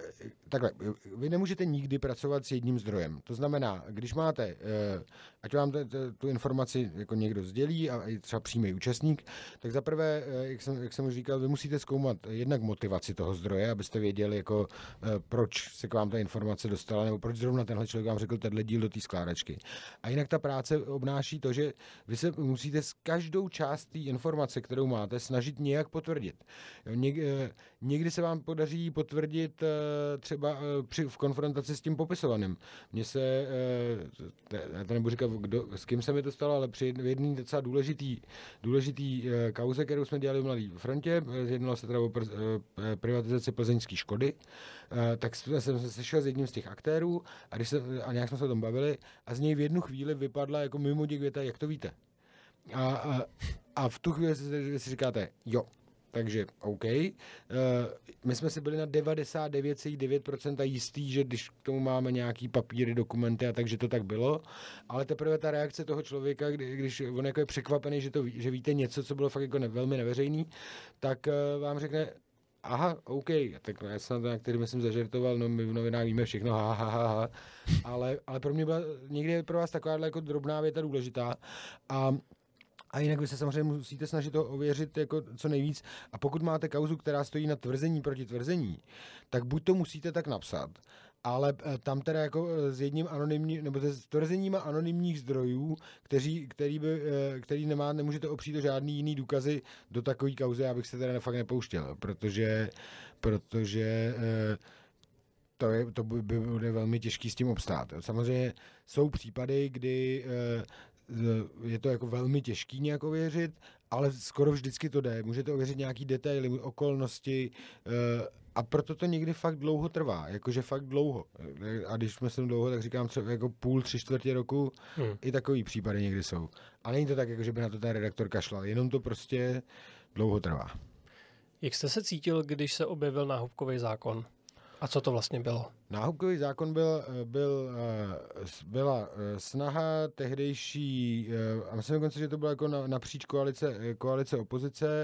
takhle, vy nemůžete nikdy pracovat s jedním zdrojem. To znamená, když máte, ať vám t, t, tu informaci jako někdo sdělí a třeba přímý účastník, tak zaprvé, jak jsem, jak jsem už říkal, vy musíte zkoumat jednak motivaci toho zdroje, abyste věděli, jako, proč se k vám ta informace dostala, nebo proč zrovna tenhle člověk vám řekl tenhle díl do té skládačky. A jinak ta práce obnáší to, že vy se musíte s každou část té informace, kterou máte, snažit nějak potvrdit. Něk, někdy se vám podaří potvrdit třeba při, v konfrontaci s tím popisovaným. Mně se, já to nebudu říkat, kdo, s kým se mi to stalo, ale při jedné docela důležitý, důležitý kauze, kterou jsme dělali v Mladé frontě, jednalo se teda o privatizaci plzeňské Škody, tak jsem se sešel s jedním z těch aktérů a, když se, a nějak jsme se o tom bavili a z něj v jednu chvíli vypadla jako mimo děk věta, jak to víte. A, a, a v tu chvíli si, si říkáte, jo, takže OK. Uh, my jsme si byli na devadesát devět celá devět procent jistý, že když k tomu máme nějaký papíry, dokumenty a takže to tak bylo, ale teprve ta reakce toho člověka, kdy, když on jako je překvapený, že, to ví, že víte něco, co bylo fakt jako ne, velmi neveřejný, tak uh, vám řekne, aha, OK, tak já jsem to některý, myslím, zažertoval, no my v novinách víme všechno, ha, ha, ha, ha. Ale, ale pro mě byla někdy je pro vás taková jako drobná věta důležitá a A jinak vy se samozřejmě musíte snažit to ověřit jako co nejvíc. A pokud máte kauzu, která stojí na tvrzení proti tvrzení, tak buď to musíte tak napsat, ale tam teda jako s jedním anonymním, nebo s tvrzeníma anonymních zdrojů, kteří, který, by, který nemá, nemůžete opřít o žádný jiný důkazy do takové kauzy, abych se teda fakt nepouštěl, protože, protože to, je, to by bude velmi těžký s tím obstát. Samozřejmě jsou případy, kdy je to jako velmi těžký nějak ověřit, ale skoro vždycky to jde. Můžete ověřit nějaký detaily, okolnosti a proto to někdy fakt dlouho trvá, jakože fakt dlouho. A když myslím dlouho, tak říkám třeba jako půl, tři čtvrtě roku, hmm. i takový případy někdy jsou. A není to tak, jako že by na to ten redaktor kašlal, jenom to prostě dlouho trvá. Jak jste se cítil, když se objevil náhubkový zákon? A co to vlastně bylo? Náhubkový zákon byl, byl, byla snaha tehdejší, a myslím dokonce, že to bylo jako napříč koalice, koalice opozice,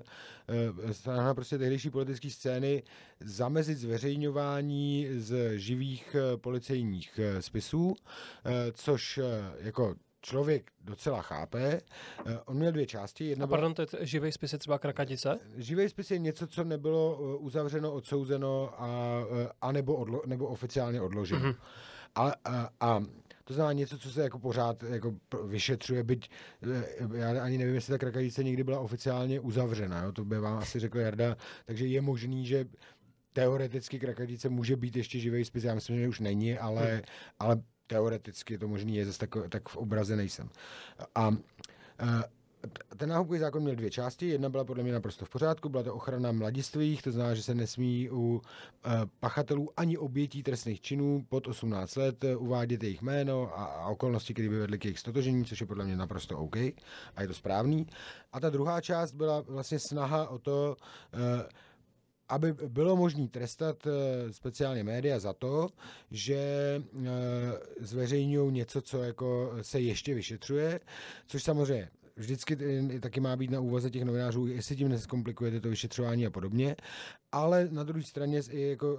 snaha prostě tehdejší politické scény zamezit zveřejňování z živých policejních spisů, což jako člověk docela chápe. On měl dvě části. Jedna a pardon, to je t- živý spis je třeba Krakatice? Živý spis je něco, co nebylo uzavřeno, odsouzeno a, a nebo, odlo, nebo oficiálně odloženo. Mm-hmm. A, a, a to znamená něco, co se jako pořád jako vyšetřuje, byť já ani nevím, jestli ta Krakatice někdy byla oficiálně uzavřena. Jo? To by vám asi řekl Jarda. Takže je možný, že teoreticky Krakatice může být ještě živý spis. Já myslím, že už není, ale, mm. ale teoreticky to možný je, zase tak, tak v obraze nejsem. A, a ten náhubkový zákon měl dvě části. Jedna byla podle mě naprosto v pořádku, byla to ochrana mladistvých, to znamená, že se nesmí u uh, pachatelů ani obětí trestných činů pod osmnáct let uvádět jejich jméno a, a okolnosti, které by vedly k jejich stotožení, což je podle mě naprosto OK a je to správný. A ta druhá část byla vlastně snaha o to, uh, aby bylo možné trestat speciálně média za to, že zveřejňují něco, co jako se ještě vyšetřuje, což samozřejmě vždycky taky má být na úvaze těch novinářů, jestli tím neskomplikujete to vyšetřování a podobně, ale na druhé straně jako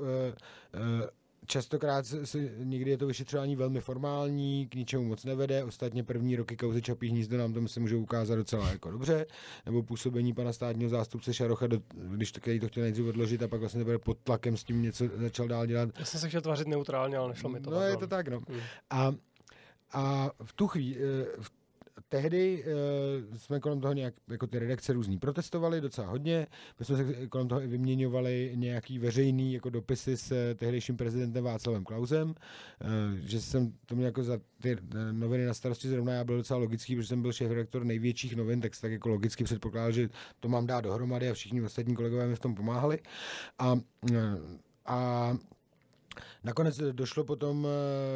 častokrát někdy je to vyšetřování velmi formální, k ničemu moc nevede. Ostatně první roky kauzy Čapí hnízdo nám to se může ukázat docela jako dobře. Nebo působení pana státního zástupce Šarocha, do, když to, který to chtěl nejdřív odložit a pak vlastně to bude pod tlakem s tím něco začal dál dělat. Já jsem se chtěl tvářit neutrálně, ale nešlo mi to. No je to tak, no. Hmm. A, a v tu chvíli, v tehdy uh, jsme kolem toho nějak, jako ty redakce různý protestovali docela hodně. My jsme se kolem toho i vyměňovali nějaký veřejný jako dopisy s tehdejším prezidentem Václavem Klausem, uh, že jsem to měl jako za ty noviny na starosti zrovna já byl docela logický, protože jsem byl šéfredaktor největších novin, tak se tak jako logicky předpokládal, že to mám dát dohromady a všichni ostatní kolegové mi v tom pomáhali. A, uh, a nakonec došlo potom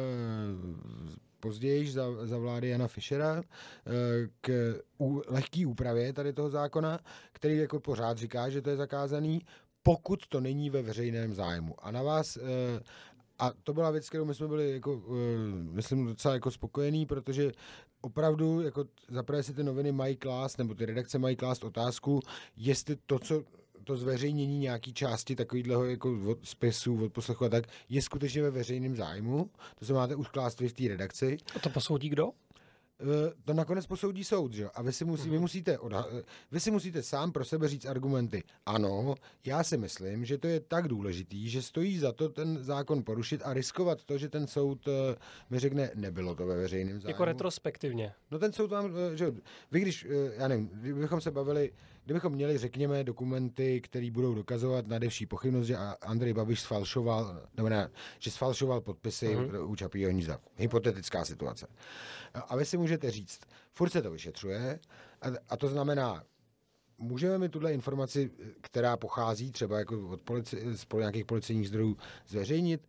uh, později za, za vlády Jana Fischera k u, lehký úpravě tady toho zákona, který jako pořád říká, že to je zakázaný, pokud to není ve veřejném zájmu. A na vás, a to byla věc, kterou my jsme byli jako, myslím, docela jako spokojení, protože opravdu jako zaprvé si ty noviny mají klást, nebo ty redakce mají klást otázku, jestli to, co to zveřejnění nějaký části takovýhleho jako od spisů, od poslechu a tak, je skutečně ve veřejném zájmu. To se máte už klást vy v té redakci. A to posoudí kdo? To nakonec posoudí soud, že? A vy si, musí, vy, musíte odha- vy si musíte sám pro sebe říct argumenty. Ano, já si myslím, že to je tak důležitý, že stojí za to ten zákon porušit a riskovat to, že ten soud mi řekne, nebylo to ve veřejném zájmu. Jako retrospektivně. No ten soud vám, že vy když, já nevím, kdybychom se bavili, kdybychom měli, řekněme, dokumenty, které budou dokazovat nadevší pochybnost, že Andrej Babiš sfalšoval, nebo ne, že sfalšoval podpisy uh-huh. u Čapího hnízda. Hypotetická situace. A vy si můžete říct, furt se to vyšetřuje, a, a to znamená, můžeme mi tuhle informaci, která pochází třeba jako od polici, z nějakých policejních zdrojů, zveřejnit?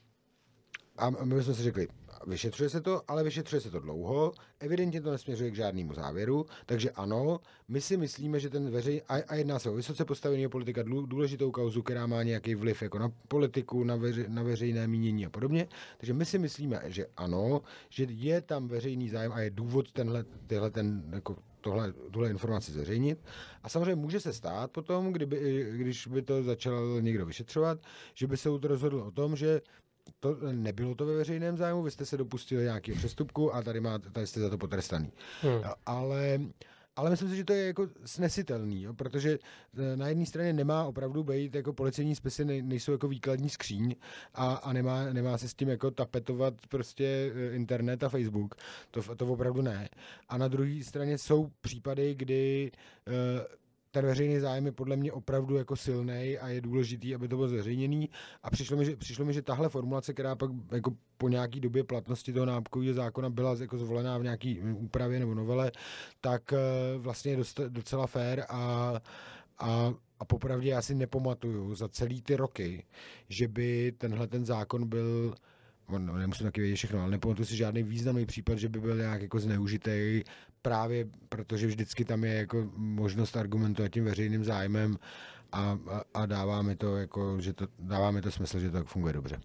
A my jsme si řekli, vyšetřuje se to, ale vyšetřuje se to dlouho, evidentně to nesměřuje k žádnému závěru, takže ano, my si myslíme, že ten veřej, a, a jedná se o vysoce postaveného politika, důležitou kauzu, která má nějaký vliv jako na politiku, na, veři, na veřejné mínění a podobně, takže my si myslíme, že ano, že je tam veřejný zájem a je důvod tenhle, tenhle ten, jako tohle, tuhle informaci zveřejnit. A samozřejmě může se stát potom, kdyby, když by to začal někdo vyšetřovat, že by soud rozhodl o tom, že to nebylo to ve veřejném zájmu, vy jste se dopustili nějakého přestupku a tady, máte, tady jste za to potrestaný. Hmm. Ale, ale myslím si, že to je jako snesitelný, jo, protože na jedné straně nemá opravdu být, jako policejní spisy ne, nejsou jako výkladní skříň a, a nemá, nemá se s tím jako tapetovat prostě internet a Facebook. To, to opravdu ne. A na druhé straně jsou případy, kdy uh, ten veřejný zájem je podle mě opravdu jako silnej a je důležitý, aby to bylo zveřejněný. A přišlo mi, že, přišlo mi, že tahle formulace, která pak jako po nějaký době platnosti toho nálepkového zákona byla jako zvolená v nějaký úpravě nebo novele, tak vlastně je dost, docela fair a, a, a popravdě já si nepamatuju za celý ty roky, že by tenhle ten zákon byl, no, nemusím taky vědět všechno, ale nepamatuju si žádný významný případ, že by byl nějak jako zneužitý, právě protože vždycky tam je jako možnost argumentovat tím veřejným zájmem a, a, a dává mi to jako, že to, dává mi to smysl, že to tak funguje dobře.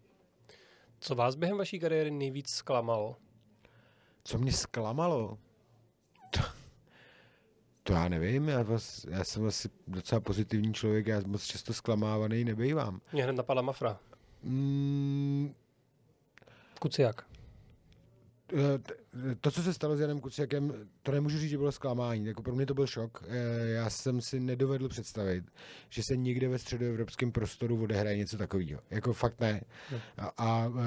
Co vás během vaší kariéry nejvíc zklamalo? Co mě zklamalo? To, to já nevím, já, vás, já jsem asi docela pozitivní člověk, já moc často zklamávaný nebejvám. Mě hned napadla Mafra. Mm, Kuciak. To, co se stalo s Janem Kuciakem, to nemůžu říct, že bylo zklamání. Jako pro mě to byl šok. Já jsem si nedovedl představit, že se někde ve středoevropském prostoru odehraje něco takového. Jako fakt ne. A, a, a, a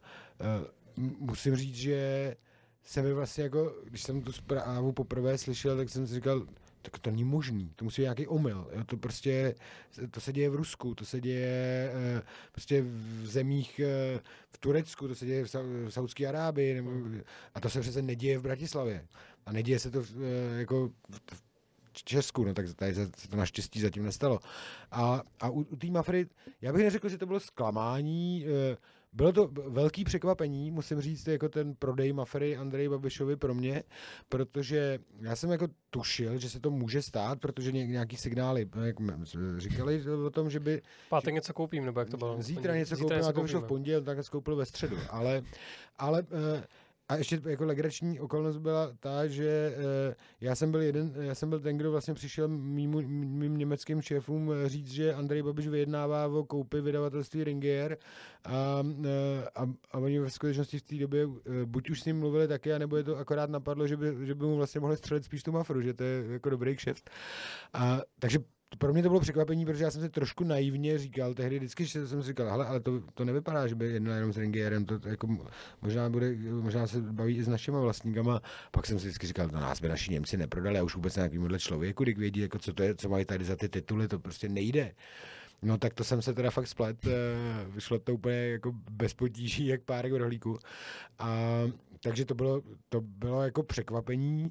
musím říct, že jsem mi vlastně jako, když jsem tu zprávu poprvé slyšel, tak jsem si říkal, tak to není možný, to musí být nějaký omyl. Jo? To prostě, to se děje v Rusku, to se děje uh, prostě v zemích uh, v Turecku, to se děje v, Sa- v Saudské Arábii, nebo, a to se přece neděje v Bratislavě. A neděje se to uh, jako v Česku, no tak tady se to naštěstí zatím nestalo. A, a u, u té Mafry, já bych neřekl, že to bylo zklamání, uh, bylo to velký překvapení, musím říct, jako ten prodej Mafry Andreji Babišovi pro mě, protože já jsem jako tušil, že se to může stát, protože nějaký signály jak říkali o tom, že by... Pátek něco koupím, nebo jak to bylo? Zítra něco koupím, a to vyšlo v pondělí, tak jsem koupil ve středu, ale... ale a ještě jako legrační okolnost byla ta, že uh, já jsem byl jeden, já jsem byl ten, kdo vlastně přišel mým, mým německým šéfům říct, že Andrej Babiš vyjednává o koupi vydavatelství Ringier a, uh, a, a oni ve skutečnosti v té době uh, buď už s ním mluvili taky, anebo je to akorát napadlo, že by, že by mu vlastně mohli střelit spíš tu Mafru, že to je jako dobrý kšeft. A takže pro mě to bylo překvapení, protože já jsem si trošku naivně říkal, tehdy vždycky jsem si říkal, hele, ale to, to nevypadá, že by jednala jenom s Ringierem, to, to jako možná bude, možná se baví i s našima vlastníkama. Pak jsem si vždycky říkal, no nás by naši Němci neprodali a už vůbec nějakýmhle člověku, když vědí, jako co to je, co mají tady za ty tituly, to prostě nejde. No tak to jsem se teda fakt splet, vyšlo to úplně jako bez potíží, jak párek v rohlíku. A takže to bylo, to bylo jako překvapení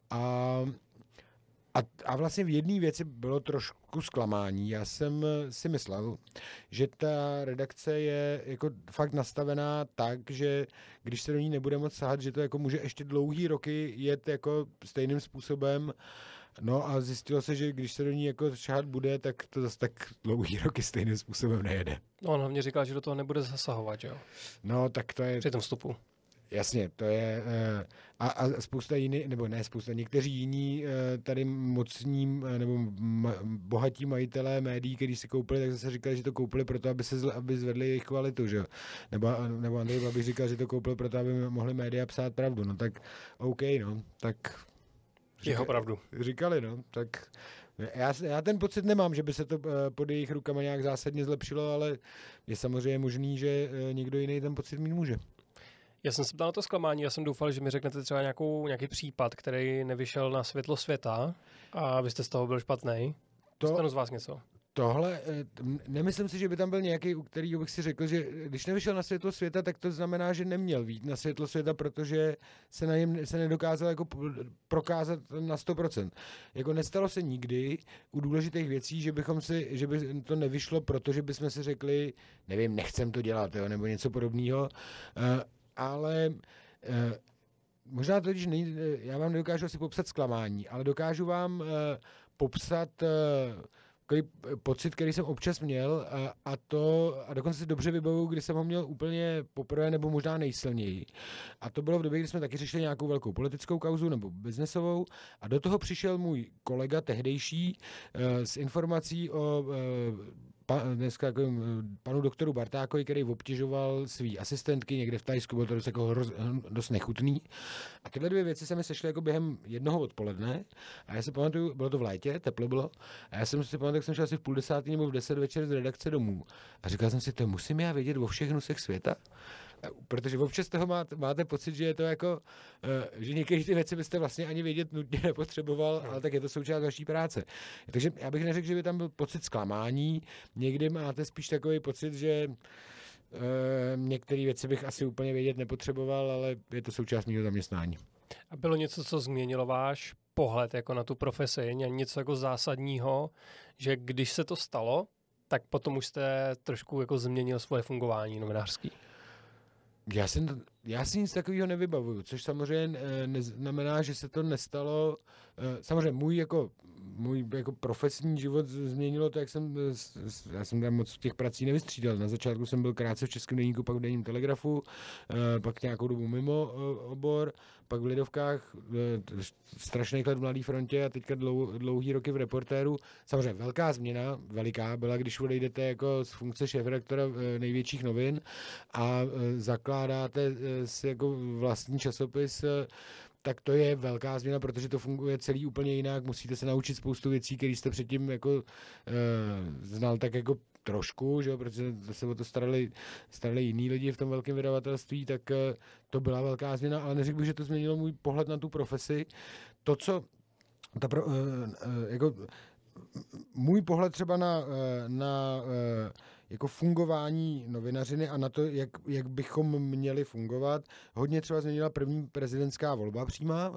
a A, a vlastně v jedné věci bylo trošku zklamání. Já jsem si myslel, že ta redakce je jako fakt nastavená tak, že když se do ní nebude moc sahat, že to jako může ještě dlouhý roky jet jako stejným způsobem. No a zjistilo se, že když se do ní jako šahat bude, tak to zase tak dlouhý roky stejným způsobem nejede. No on hlavně říkal, že do toho nebude zasahovat, že jo? No tak to je... Při tom vstupu. Jasně, to je a, a spousta jiný, nebo ne spousta, někteří jiní tady mocní nebo bohatí majitelé médií, kteří si koupili, tak zase říkali, že to koupili proto, aby se zl, aby zvedli jejich kvalitu, že jo. Nebo, nebo Andrej Babiš říkal, že to koupil proto, aby mohli média psát pravdu. No tak OK, no, tak říkali, jeho pravdu. Říkali, no, tak já, já ten pocit nemám, že by se to pod jejich rukama nějak zásadně zlepšilo, ale je samozřejmě možný, že někdo jiný ten pocit mít může. Já jsem se ptal na to zklamání, já jsem doufal, že mi řeknete třeba nějakou, nějaký případ, který nevyšel na světlo světa a vy jste z toho byl špatnej. To... Dostanu z vás něco. Tohle, nemyslím si, že by tam byl nějaký, u kterého bych si řekl, že když nevyšel na světlo světa, tak to znamená, že neměl být na světlo světa, protože se na něm se nedokázal jako prokázat na sto procent. Jako nestalo se nikdy u důležitých věcí, že bychom si, že by to nevyšlo, protože bychom si řekli, nevím, nechcem to dělat, jo, nebo něco podobného, ale možná to, když nej, já vám nedokážu asi popsat zklamání, ale dokážu vám popsat takový pocit, který jsem občas měl a, a to, a dokonce si dobře vybavuju, kdy jsem ho měl úplně poprvé nebo možná nejsilněji. A to bylo v době, kdy jsme taky řešili nějakou velkou politickou kauzu nebo biznesovou a do toho přišel můj kolega tehdejší uh, s informací o uh, pa, dneska jako, panu doktoru Bartákovi, který obtěžoval svý asistentky někde v Thajsku, bylo to dost, jako hroz, dost nechutný. A tyhle dvě věci se mi sešly jako během jednoho odpoledne a já si pamatuju, bylo to v létě, teplo bylo, a já jsem si pamatuju, jak jsem šel asi v půl desátý nebo v deset večer z redakce domů a říkal jsem si, to musím já vědět o všech hnusech světa. Protože občas toho máte, máte pocit, že je to jako, uh, že některé ty věci byste vlastně ani vědět nutně nepotřeboval, no. Ale tak je to součást vaší práce. Takže já bych neřekl, že by tam byl pocit zklamání, někdy máte spíš takový pocit, že uh, některé věci bych asi úplně vědět nepotřeboval, ale je to součást mého zaměstnání. A bylo něco, co změnilo váš pohled jako na tu profesi, něco jako zásadního, že když se to stalo, tak potom už jste trošku jako změnil svoje fungování novinářský? Já, jsem, já si nic takového nevybavuju, což samozřejmě neznamená, že se to nestalo. Samozřejmě můj jako, můj jako profesní život změnilo to, jak jsem, já jsem tam moc těch prací nevystřídal. Na začátku jsem byl krátce v Českém deníku, pak v Denním Telegrafu, pak nějakou dobu mimo obor, pak v Lidovkách, strašný let v Mladé frontě a teďka dlou, dlouhý roky v Reportéru. Samozřejmě velká změna, veliká byla, když odejdete jako z funkce šéfredaktora největších novin a zakládáte si jako vlastní časopis, tak to je velká změna, protože to funguje celý úplně jinak. Musíte se naučit spoustu věcí, které jste předtím jako e, znal tak jako trošku, že jo, protože se o to starali, starali jiní lidi v tom velkém vydavatelství, tak e, to byla velká změna, ale neřekl bych, že to změnilo můj pohled na tu profesi. To, co ta pro, e, e, jako můj pohled třeba na, na jako fungování novinařiny a na to, jak, jak bychom měli fungovat. Hodně třeba změnila první prezidentská volba přímá,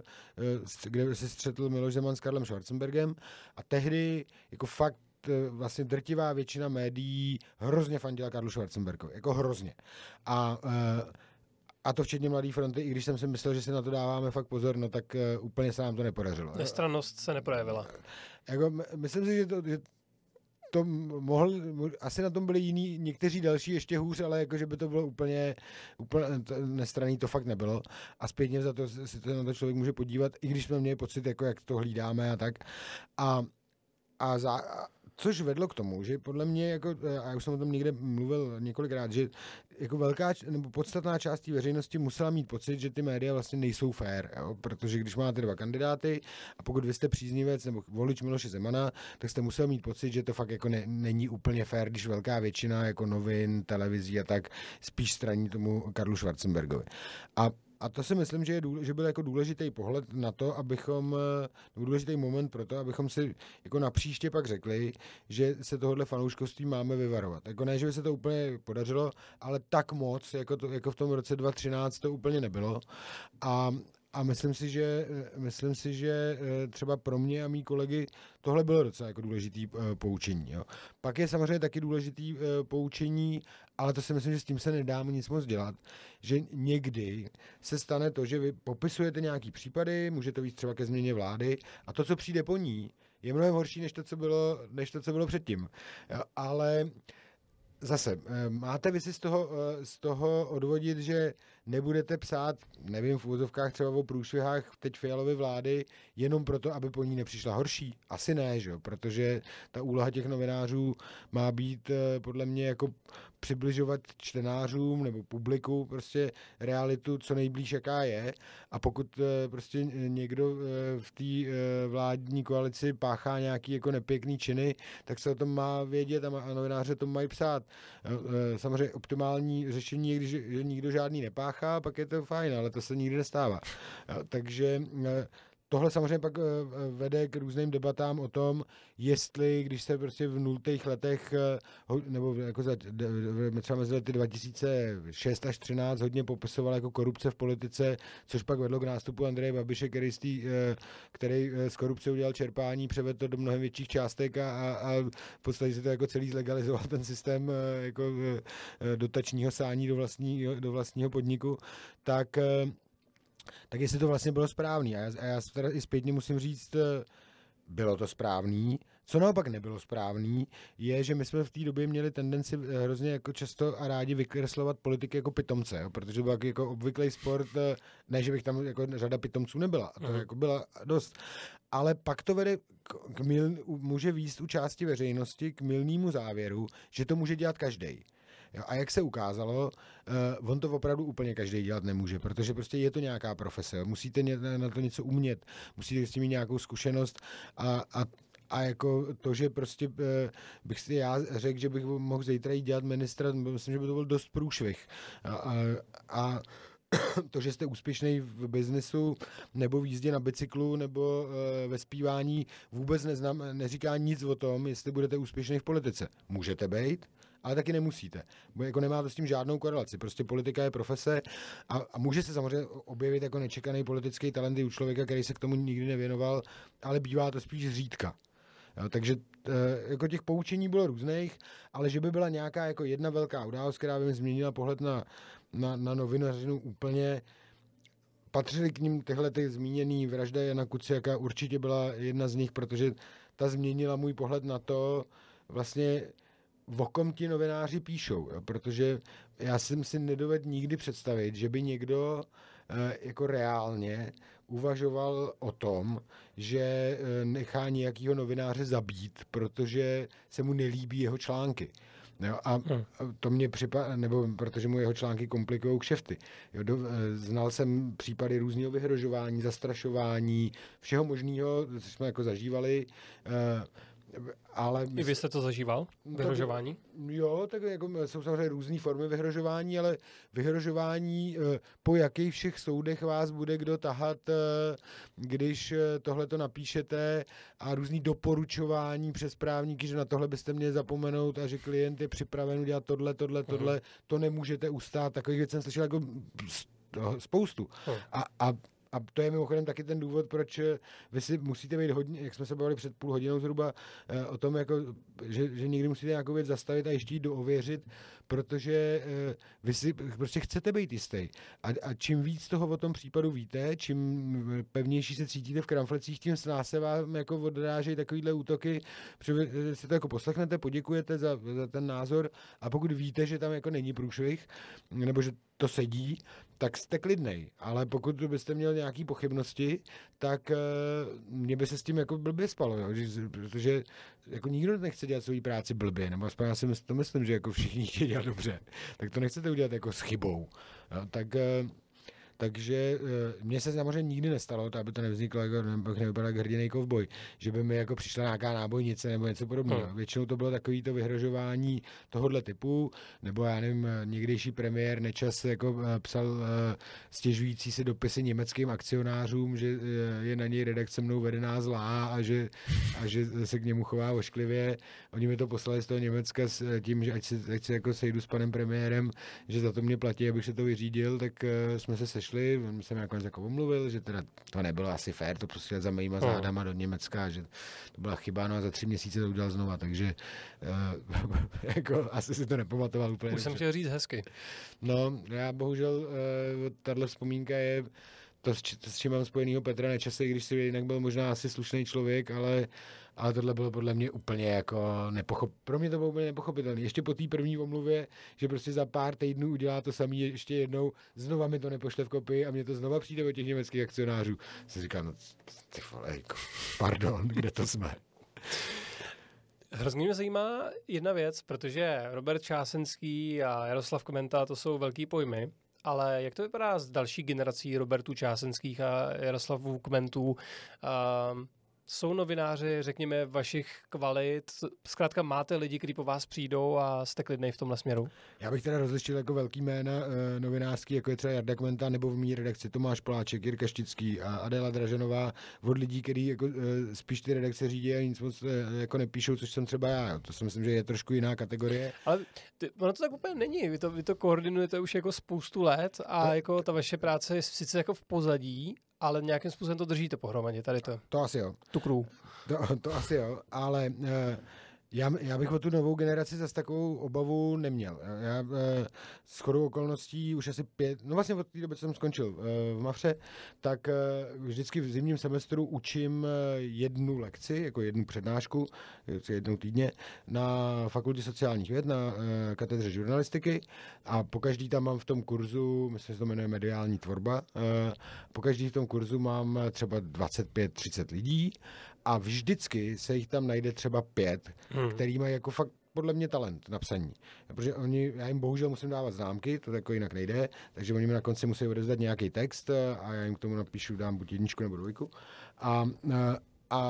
kde se střetl Miloš Zeman s Karlem Schwarzenbergem a tehdy jako fakt vlastně drtivá většina médií hrozně fandila Karlu Schwarzenbergovi, jako hrozně. A A to včetně Mladé fronty, i když jsem si myslel, že si na to dáváme fakt pozor, no tak uh, úplně se nám to nepodařilo. Nestrannost se neprojevila. Jako, myslím si, že to, že to mohl, asi na tom byli jiní, někteří další ještě hůř, ale jako, že by to bylo úplně, úplně nestranný, to fakt nebylo. A zpětně za to si to na to člověk může podívat, i když jsme měli pocit, jako jak to hlídáme a tak. A, a za... Což vedlo k tomu, že podle mě, jako, a já už jsem o tom někde mluvil několikrát, že jako velká nebo podstatná část té veřejnosti musela mít pocit, že ty média vlastně nejsou fair, jo? Protože když máte dva kandidáty a pokud vy jste příznivec nebo volič Miloše Zemana, tak jste musel mít pocit, že to fakt jako ne, není úplně fair, když velká většina jako novin, televizí a tak spíš straní tomu Karlu Schwarzenbergovi. A A to si myslím, že, je důle, že byl jako důležitý pohled na to, abychom, nebo důležitý moment pro to, abychom si jako na příště pak řekli, že se tohohle fanouškovství máme vyvarovat. Jako ne, že by se to úplně podařilo, ale tak moc, jako, to, jako v tom roce dva tisíce třináct to úplně nebylo. A A myslím si, že, myslím si, že třeba pro mě a mý kolegy tohle bylo docela jako důležitý poučení. Jo. Pak je samozřejmě taky důležitý poučení, ale to si myslím, že s tím se nedá nic moc dělat, že někdy se stane to, že vy popisujete nějaký případy, může to být třeba ke změně vlády a to, co přijde po ní, je mnohem horší, než to, co bylo, než to, co bylo předtím. Jo, ale zase, máte vy si z toho, z toho odvodit, že nebudete psát, nevím, v úvozovkách třeba o průšvihách teď Fialovy vlády, jenom proto, aby po ní nepřišla horší? Asi ne, že jo? Protože ta úloha těch novinářů má být podle mě jako přibližovat čtenářům nebo publiku prostě realitu co nejblíž, jaká je. A pokud prostě někdo v té vládní koalici páchá nějaký jako nepěkný činy, tak se o tom má vědět a, a novináře to mají psát. Samozřejmě optimální řešení je, když že nikdo žádný nepáchá, pak je to fajn, ale to se nikdy nestává. Takže tohle samozřejmě pak vede k různým debatám o tom, jestli, když se prostě v nultých letech, nebo jako za, třeba mezi lety dva tisíce šest až třináct hodně popisoval jako korupce v politice, což pak vedlo k nástupu Andreje Babiše, který z, tý, který z korupce udělal čerpání, převedl to do mnohem větších částek a, a v podstatě se to jako celý zlegalizoval ten systém jako dotačního sání do vlastního, do vlastního podniku, tak tak jestli to vlastně bylo správný. A já, a já teda i zpětně musím říct, bylo to správný. Co naopak nebylo správný, je, že my jsme v té době měli tendenci hrozně jako často a rádi vykreslovat politiky jako pitomce, jo? Protože byl jako obvyklý sport, ne, že bych tam jako řada pitomců nebyla, a to uh-huh. jako byla dost. Ale pak to vede k, k mil, může vést u části veřejnosti k mylnému závěru, že to může dělat každej. Jo, a jak se ukázalo, uh, on to opravdu úplně každý dělat nemůže, protože prostě je to nějaká profese. Jo. Musíte na to něco umět, musíte s tím mít nějakou zkušenost a, a, a jako to, že prostě uh, bych si já řekl, že bych mohl zítra jít dělat ministra, myslím, že by to byl dost průšvih. A, a, a to, že jste úspěšný v biznesu nebo v jízdě na bicyklu nebo uh, ve zpívání, vůbec neznám, neříká nic o tom, jestli budete úspěšný v politice. Můžete být, ale taky nemusíte. Bo jako nemá to s tím žádnou korelaci. Prostě politika je profese a, a může se samozřejmě objevit jako nečekaný politický talent u člověka, který se k tomu nikdy nevěnoval, ale bývá to spíš zřídka. Jo, takže e, jako těch poučení bylo různých, ale že by byla nějaká jako jedna velká událost, která by mi změnila pohled na, na, na novinařinu úplně, patřily k ním tyhle ty zmíněný vražda Jana Kuciaka, určitě byla jedna z nich, protože ta změnila můj pohled na to vlastně, o kom ti novináři píšou, jo? Protože já jsem si nedovedl nikdy představit, že by někdo e, jako reálně uvažoval o tom, že e, nechá nějakýho novináře zabít, protože se mu nelíbí jeho články. Jo, a hmm. to mě připadá, nebo protože mu jeho články komplikují kšefty. Jo, do, znal jsem případy různého vyhrožování, zastrašování, všeho možného, co jsme jako zažívali, e, ale I vy jste to zažíval? Vyhrožování? Tak, jo, tak jako jsou samozřejmě různé formy vyhrožování, ale vyhrožování, po jakých všech soudech vás bude kdo tahat, když tohleto napíšete, a různý doporučování přes právníky, že na tohle byste měli zapomenout a že klient je připraven udělat tohle, tohle, tohle, uh-huh. to nemůžete ustát. Takových věcí jsem slyšel jako spoustu. Uh-huh. A, a A to je mimochodem taky ten důvod, proč vy si musíte být hodně, jak jsme se bavili před půl hodinou zhruba, o tom, jako, že, že někdy musíte nějakou věc zastavit a ještě ji doověřit, protože vy si prostě chcete být jistý. A, a čím víc toho o tom případu víte, čím pevnější se cítíte v kramflecích, tím snad se vám jako odrážejí takovýhle útoky, protože si to jako poslechnete, poděkujete za, za ten názor, a pokud víte, že tam jako není průšvih, nebo že to sedí, tak jste klidnej. Ale pokud byste měl nějaký pochybnosti, tak mě by se s tím jako blbě spalo, jo? Protože jako nikdo nechce dělat svou práci blbě, nebo aspoň já si to myslím, že jako všichni chtějí dělat dobře, tak to nechcete udělat jako s chybou. Jo? Tak Takže mně se samozřejmě nikdy nestalo, to aby to nevzniklo, jako nevypadalo jak hrdinej kovboj, že by mi jako přišla nějaká nábojnice nebo něco podobného. Hmm. Většinou to bylo takovýto vyhrožování tohohle typu, nebo já nevím, někdejší premiér Nečas jako psal stěžující si dopisy německým akcionářům, že je na něj redakce mnou vedená zlá a že, a že se k němu chová ošklivě. Oni mi to poslali z toho Německa s tím, že ať si, ať si jako sejdu s panem premiérem, že za to mě platí, abych se to vyřídil, tak jsme se sešli. Jsem nakonec jako omluvil, že teda to nebylo asi fér, to prostě za mýma zádama do Německa, že to byla chyba, no a za tři měsíce to udělal znova, takže uh, jako asi si to nepamatoval úplně. Už jsem chtěl říct hezky. No, já bohužel, uh, tahle vzpomínka je to, to, s čím mám spojenýho Petra Nečase, když si jinak byl možná asi slušný člověk, ale, ale tohle bylo podle mě úplně jako nepochop... Pro mě to bylo úplně nepochopitelné. Ještě po té první omluvě, že prostě za pár týdnů udělá to samý ještě jednou, znova mi to nepošle v kopii a mě to znova přijde od těch německých akcionářů. Si říkám, no ty vole, jako, pardon, kde to jsme? Hrozně mě zajímá jedna věc, protože Robert Čásenský a Jaroslav Komenta to jsou velký pojmy, ale jak to vypadá s další generací Robertů Čásenských a Jaroslavů Komentů? Um, jsou novináři, řekněme, vašich kvalit? Zkrátka máte lidi, kteří po vás přijdou a jste klidnej v tomhle směru? Já bych teda rozlišil jako velký jména e, novinářský, jako je třeba Jarda Komenta, nebo v mý redakci Tomáš Poláček, Jirka Štický a Adéla Draženová, od lidí, kteří jako, e, spíš ty redakce řídí a nic moc e, jako nepíšou, což jsem třeba já. To si myslím, že je trošku jiná kategorie. Ale ty, ono to tak úplně není. Vy to, vy to koordinujete už jako spoustu let a to, jako ta vaše práce je sice jako v pozadí, ale nějakým způsobem to držíte pohromadě, tady to. To asi jo. Tu crew. To, to asi jo, ale e, já, já bych o tu novou generaci zase takovou obavu neměl. Já e, shodou okolností už asi pět, no vlastně od té doby, co jsem skončil e, v Mafře, tak e, vždycky v zimním semestru učím jednu lekci, jako jednu přednášku, jednou týdně, na Fakultě sociálních věd, na e, katedře žurnalistiky a pokaždý tam mám v tom kurzu, myslím, že to jmenuje mediální tvorba, e, pokaždý v tom kurzu mám třeba dvacet pět třicet lidí a vždycky se jich tam najde třeba pět, hmm. který mají jako fakt podle mě talent na psaní. Protože oni, já jim bohužel musím dávat známky, to jako jinak nejde, takže oni mi na konci musí odevzdat nějaký text a já jim k tomu napíšu, dám buď jedničku nebo dvojku. A, a,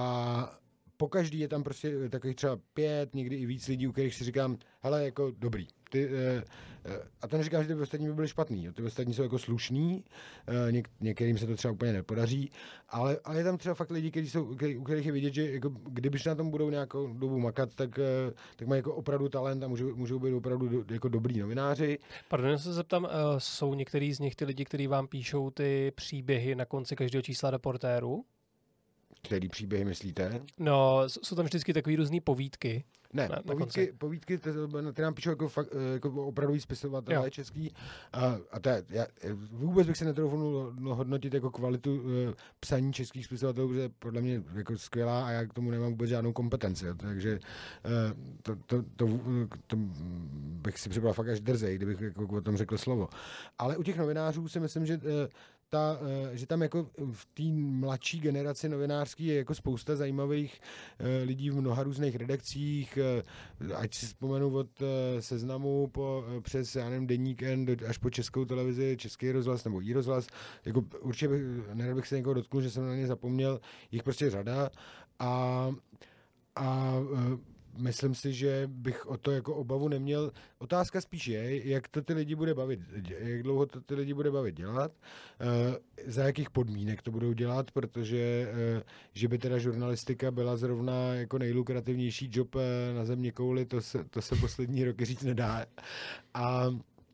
a pokaždý je tam prostě takových třeba pět, někdy i víc lidí, u kterých si říkám, hele, jako dobrý. Ty, e, a to neříkám, že ty ostatní by byly špatný. Ty ostatní jsou jako slušný, e, něk, některým se to třeba úplně nepodaří, ale, ale je tam třeba fakt lidi, kteří jsou, který, u kterých je vidět, že jako, když na tom budou nějakou dobu makat, tak, e, tak mají jako opravdu talent a můžou, můžou být opravdu do, jako dobrý novináři. Pardon, já se zeptám, uh, jsou některý z nich ty lidi, kteří vám píšou ty příběhy na konci každého čísla Reportéru? Který příběhy myslíte? No, jsou tam vždycky takový různý povídky. Ne, na, povídky, na povídky, ty, ty nám píšou jako, fakt, jako opravdový spisovatelé český. A, a to je, já, vůbec bych se netroufnul hodnotit jako kvalitu uh, psaní českých spisovatelů, protože podle mě jako skvělá a já k tomu nemám vůbec žádnou kompetenci. Takže uh, to, to, to, to, to bych si připadal fakt až drzej, kdybych jako o tom řekl slovo. Ale u těch novinářů si myslím, že uh, Ta, že tam jako v té mladší generaci novinářský je jako spousta zajímavých lidí v mnoha různých redakcích, ať si vzpomenu od Seznamu po, přes, já nevím, Deník N až po Českou televizi, Český rozhlas nebo i rozhlas. Jako určitě bych, nerad bych se někoho dotknul, že jsem na ně zapomněl, jich prostě řada a, a myslím si, že bych o to jako obavu neměl. Otázka spíš je, jak to ty lidi bude bavit, jak dlouho to ty lidi bude bavit dělat, za jakých podmínek to budou dělat, protože že by teda žurnalistika byla zrovna jako nejlukrativnější job na země kouli, to se, to se poslední roky říct nedá. A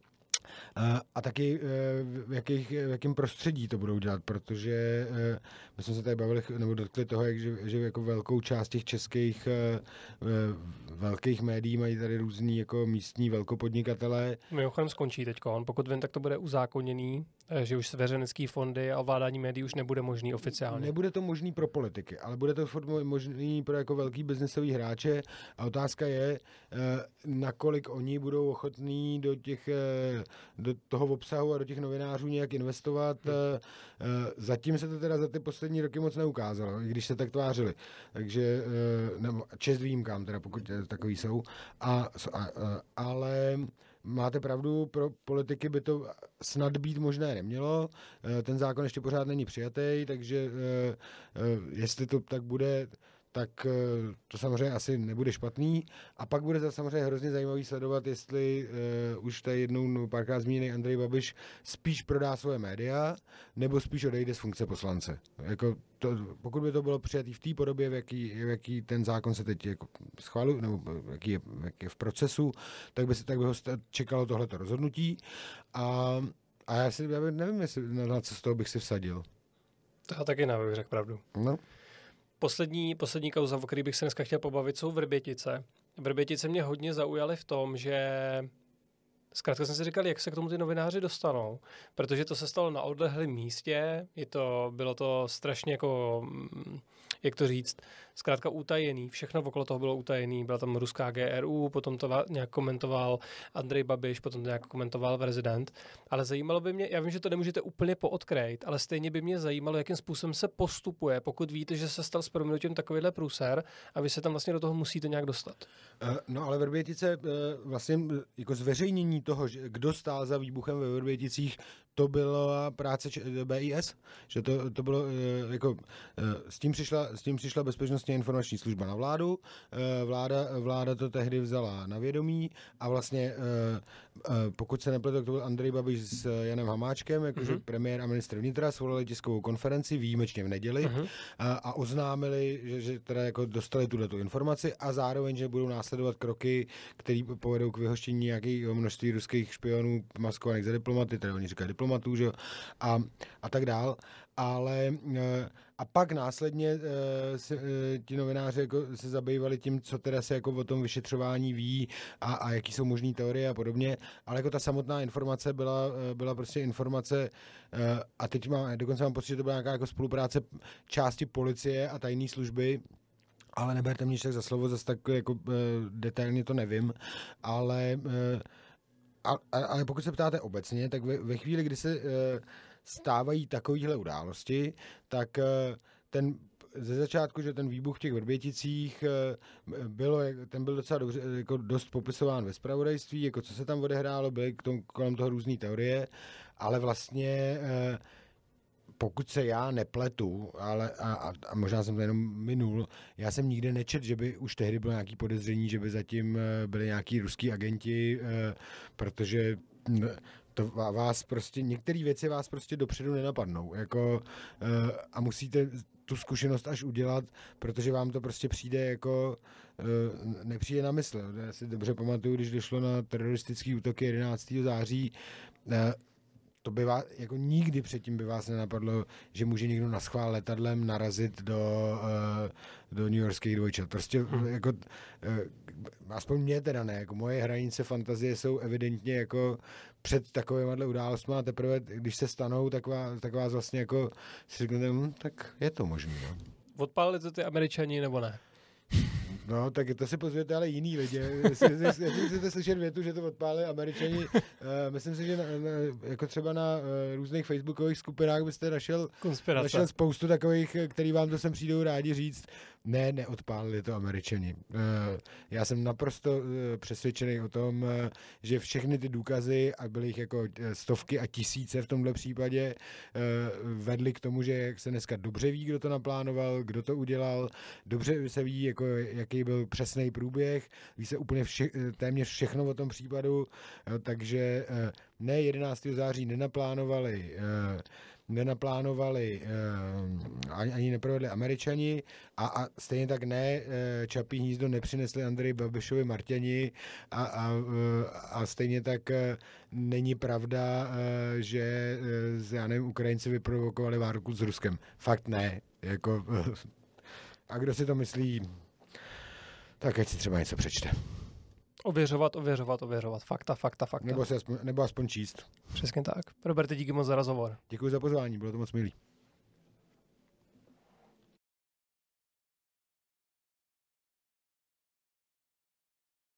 A, a taky v, jakých, v jakém prostředí to budou dělat, protože my jsme se tady bavili, nebo dotkli toho, jak, že, že jako velkou část těch českých velkých médií mají tady různý jako místní velkopodnikatelé. Mimochodem skončí teďko. Pokud vím, tak to bude uzákoněný, že už svěřenecký fondy a ovládání médií už nebude možný oficiálně. Nebude to možný pro politiky, ale bude to možný pro jako velký biznesový hráče a otázka je, nakolik oni budou ochotní do těch do toho obsahu a do těch novinářů nějak investovat. Hmm. Zatím se to teda za ty poslední roky moc neukázalo, i když se tak tvářili. Takže nebo čest výjimkám, teda pokud takový jsou. A, a, ale máte pravdu, pro politiky by to snad být možné nemělo. Ten zákon ještě pořád není přijatý, takže jestli to tak bude, tak to samozřejmě asi nebude špatný. A pak bude to samozřejmě hrozně zajímavý sledovat, jestli uh, už tady jednou no, párkrát zmíněný Andrej Babiš spíš prodá svoje média, nebo spíš odejde z funkce poslance. Jako to, pokud by to bylo přijatý v té podobě, v jaký, v jaký ten zákon se teď jako schváluje, nebo jaký je, jaký je v procesu, tak by se tak by ho čekalo tohleto rozhodnutí. A, a já si já nevím, jestli, na, na co z toho bych si vsadil. To já taky nevím, řekl pravdu. No. Poslední, poslední kauza, o který bych se dneska chtěl pobavit, jsou Vrbětice. Vrbětice mě hodně zaujaly v tom, že Zkrátka jsem si říkal, jak se k tomu ty novináři dostanou, protože to se stalo na odlehlém místě, je to, bylo to strašně jako, jak to říct, zkrátka utajený, všechno okolo toho bylo utajený, byla tam ruská G R U, potom to nějak komentoval Andrej Babiš, potom to nějak komentoval prezident, ale zajímalo by mě, já vím, že to nemůžete úplně poodkrýt, ale stejně by mě zajímalo, jakým způsobem se postupuje, pokud víte, že se stal s prominutím takovýhle průser a vy se tam vlastně do toho musíte nějak dostat. No ale Vrbětice, vlastně jako zveřejnění toho, že kdo stál za výbuchem ve Vrběticích, to byla práce B I S, že to, to bylo jako, s tím přišla, s tím přišla bezpečnostní informační služba na vládu, vláda, vláda to tehdy vzala na vědomí a vlastně pokud se nepletu, to byl Andrej Babiš s Janem Hamáčkem, jakože uh-huh. premiér a ministr vnitra svolali tiskovou konferenci výjimečně v neděli uh-huh. a, a oznámili, že, že teda jako dostali tuto informaci a zároveň, že budou následovat kroky, které povedou k vyhoštění nějakého množství ruských špionů maskovaných za diplomaty, teda oni říkají diplomatů, že? A, a tak dál. Ale a pak následně se, ti novináři jako se zabývali tím, co teda se jako o tom vyšetřování ví a, a jaký jsou možný teorie a podobně, ale jako ta samotná informace byla, byla prostě informace a teď mám, dokonce mám pocit, že to byla nějaká jako spolupráce části policie a tajné služby, ale neberte mě však za slovo, zase tak jako detailně to nevím, ale a, ale pokud se ptáte obecně, tak ve, ve chvíli, kdy se stávají takovéhle události, tak ten ze začátku, že ten výbuch v těch Vrběticích bylo, ten byl docela dobře, jako dost popisován ve zpravodajství, jako co se tam odehrálo, byly k tomu, kolem toho různý teorie, ale vlastně pokud se já nepletu, ale a, a možná jsem to jenom minul, já jsem nikde nečet, že by už tehdy bylo nějaký podezření, že by zatím byli nějaký ruský agenti, protože to vás prostě, některé věci vás prostě dopředu nenapadnou, jako a musíte tu zkušenost až udělat, protože vám to prostě přijde jako nepřijde na mysl. Já si dobře pamatuju, když došlo na teroristický útoky jedenáctého září, to by vás, jako nikdy předtím by vás nenapadlo, že může někdo na schvál letadlem narazit do, do newyorských dvojčat. Prostě hmm. jako, aspoň mě teda ne, jako moje hranice fantazie jsou evidentně jako před takovýmhle událostmi a teprve, když se stanou, tak vás, tak vás vlastně jako si řeknete, hm, tak je to možné. No. Odpálili to ty Američani nebo ne? No, tak to si pozvěte, ale jiný lidi. Jestli, jestli, jestli chcete slyšet větu, že to odpálili Američani, uh, myslím si, že na, na, jako třeba na uh, různých facebookových skupinách byste našel, našel spoustu takových, který vám to sem přijdou rádi říct. Ne, neodpálili to Američani. Uh, já jsem naprosto uh, přesvědčený o tom, uh, že všechny ty důkazy, a byly jich jako stovky a tisíce v tomhle případě, uh, vedly k tomu, že jak se dneska dobře ví, kdo to naplánoval, kdo to udělal, dobře se ví, jako, jaký byl přesný průběh, ví se úplně vše, téměř všechno o tom případu, uh, takže uh, ne jedenáctého září nenaplánovali uh, nenaplánovali, ani, ani neprovedli Američani a, a stejně tak ne, Čapí hnízdo nepřinesli Andreji Babišovi Marťani a, a, a stejně tak není pravda, že já nevím, Ukrajinci vyprovokovali válku s Ruskem. Fakt ne. Jako, a kdo si to myslí, tak ať si třeba něco přečte. Ověřovat, ověřovat, ověřovat. Fakta, fakta, fakta. Nebo, aspoň, nebo aspoň číst. Přesně tak. Roberte, díky moc za rozhovor. Děkuji za pozvání, bylo to moc milý.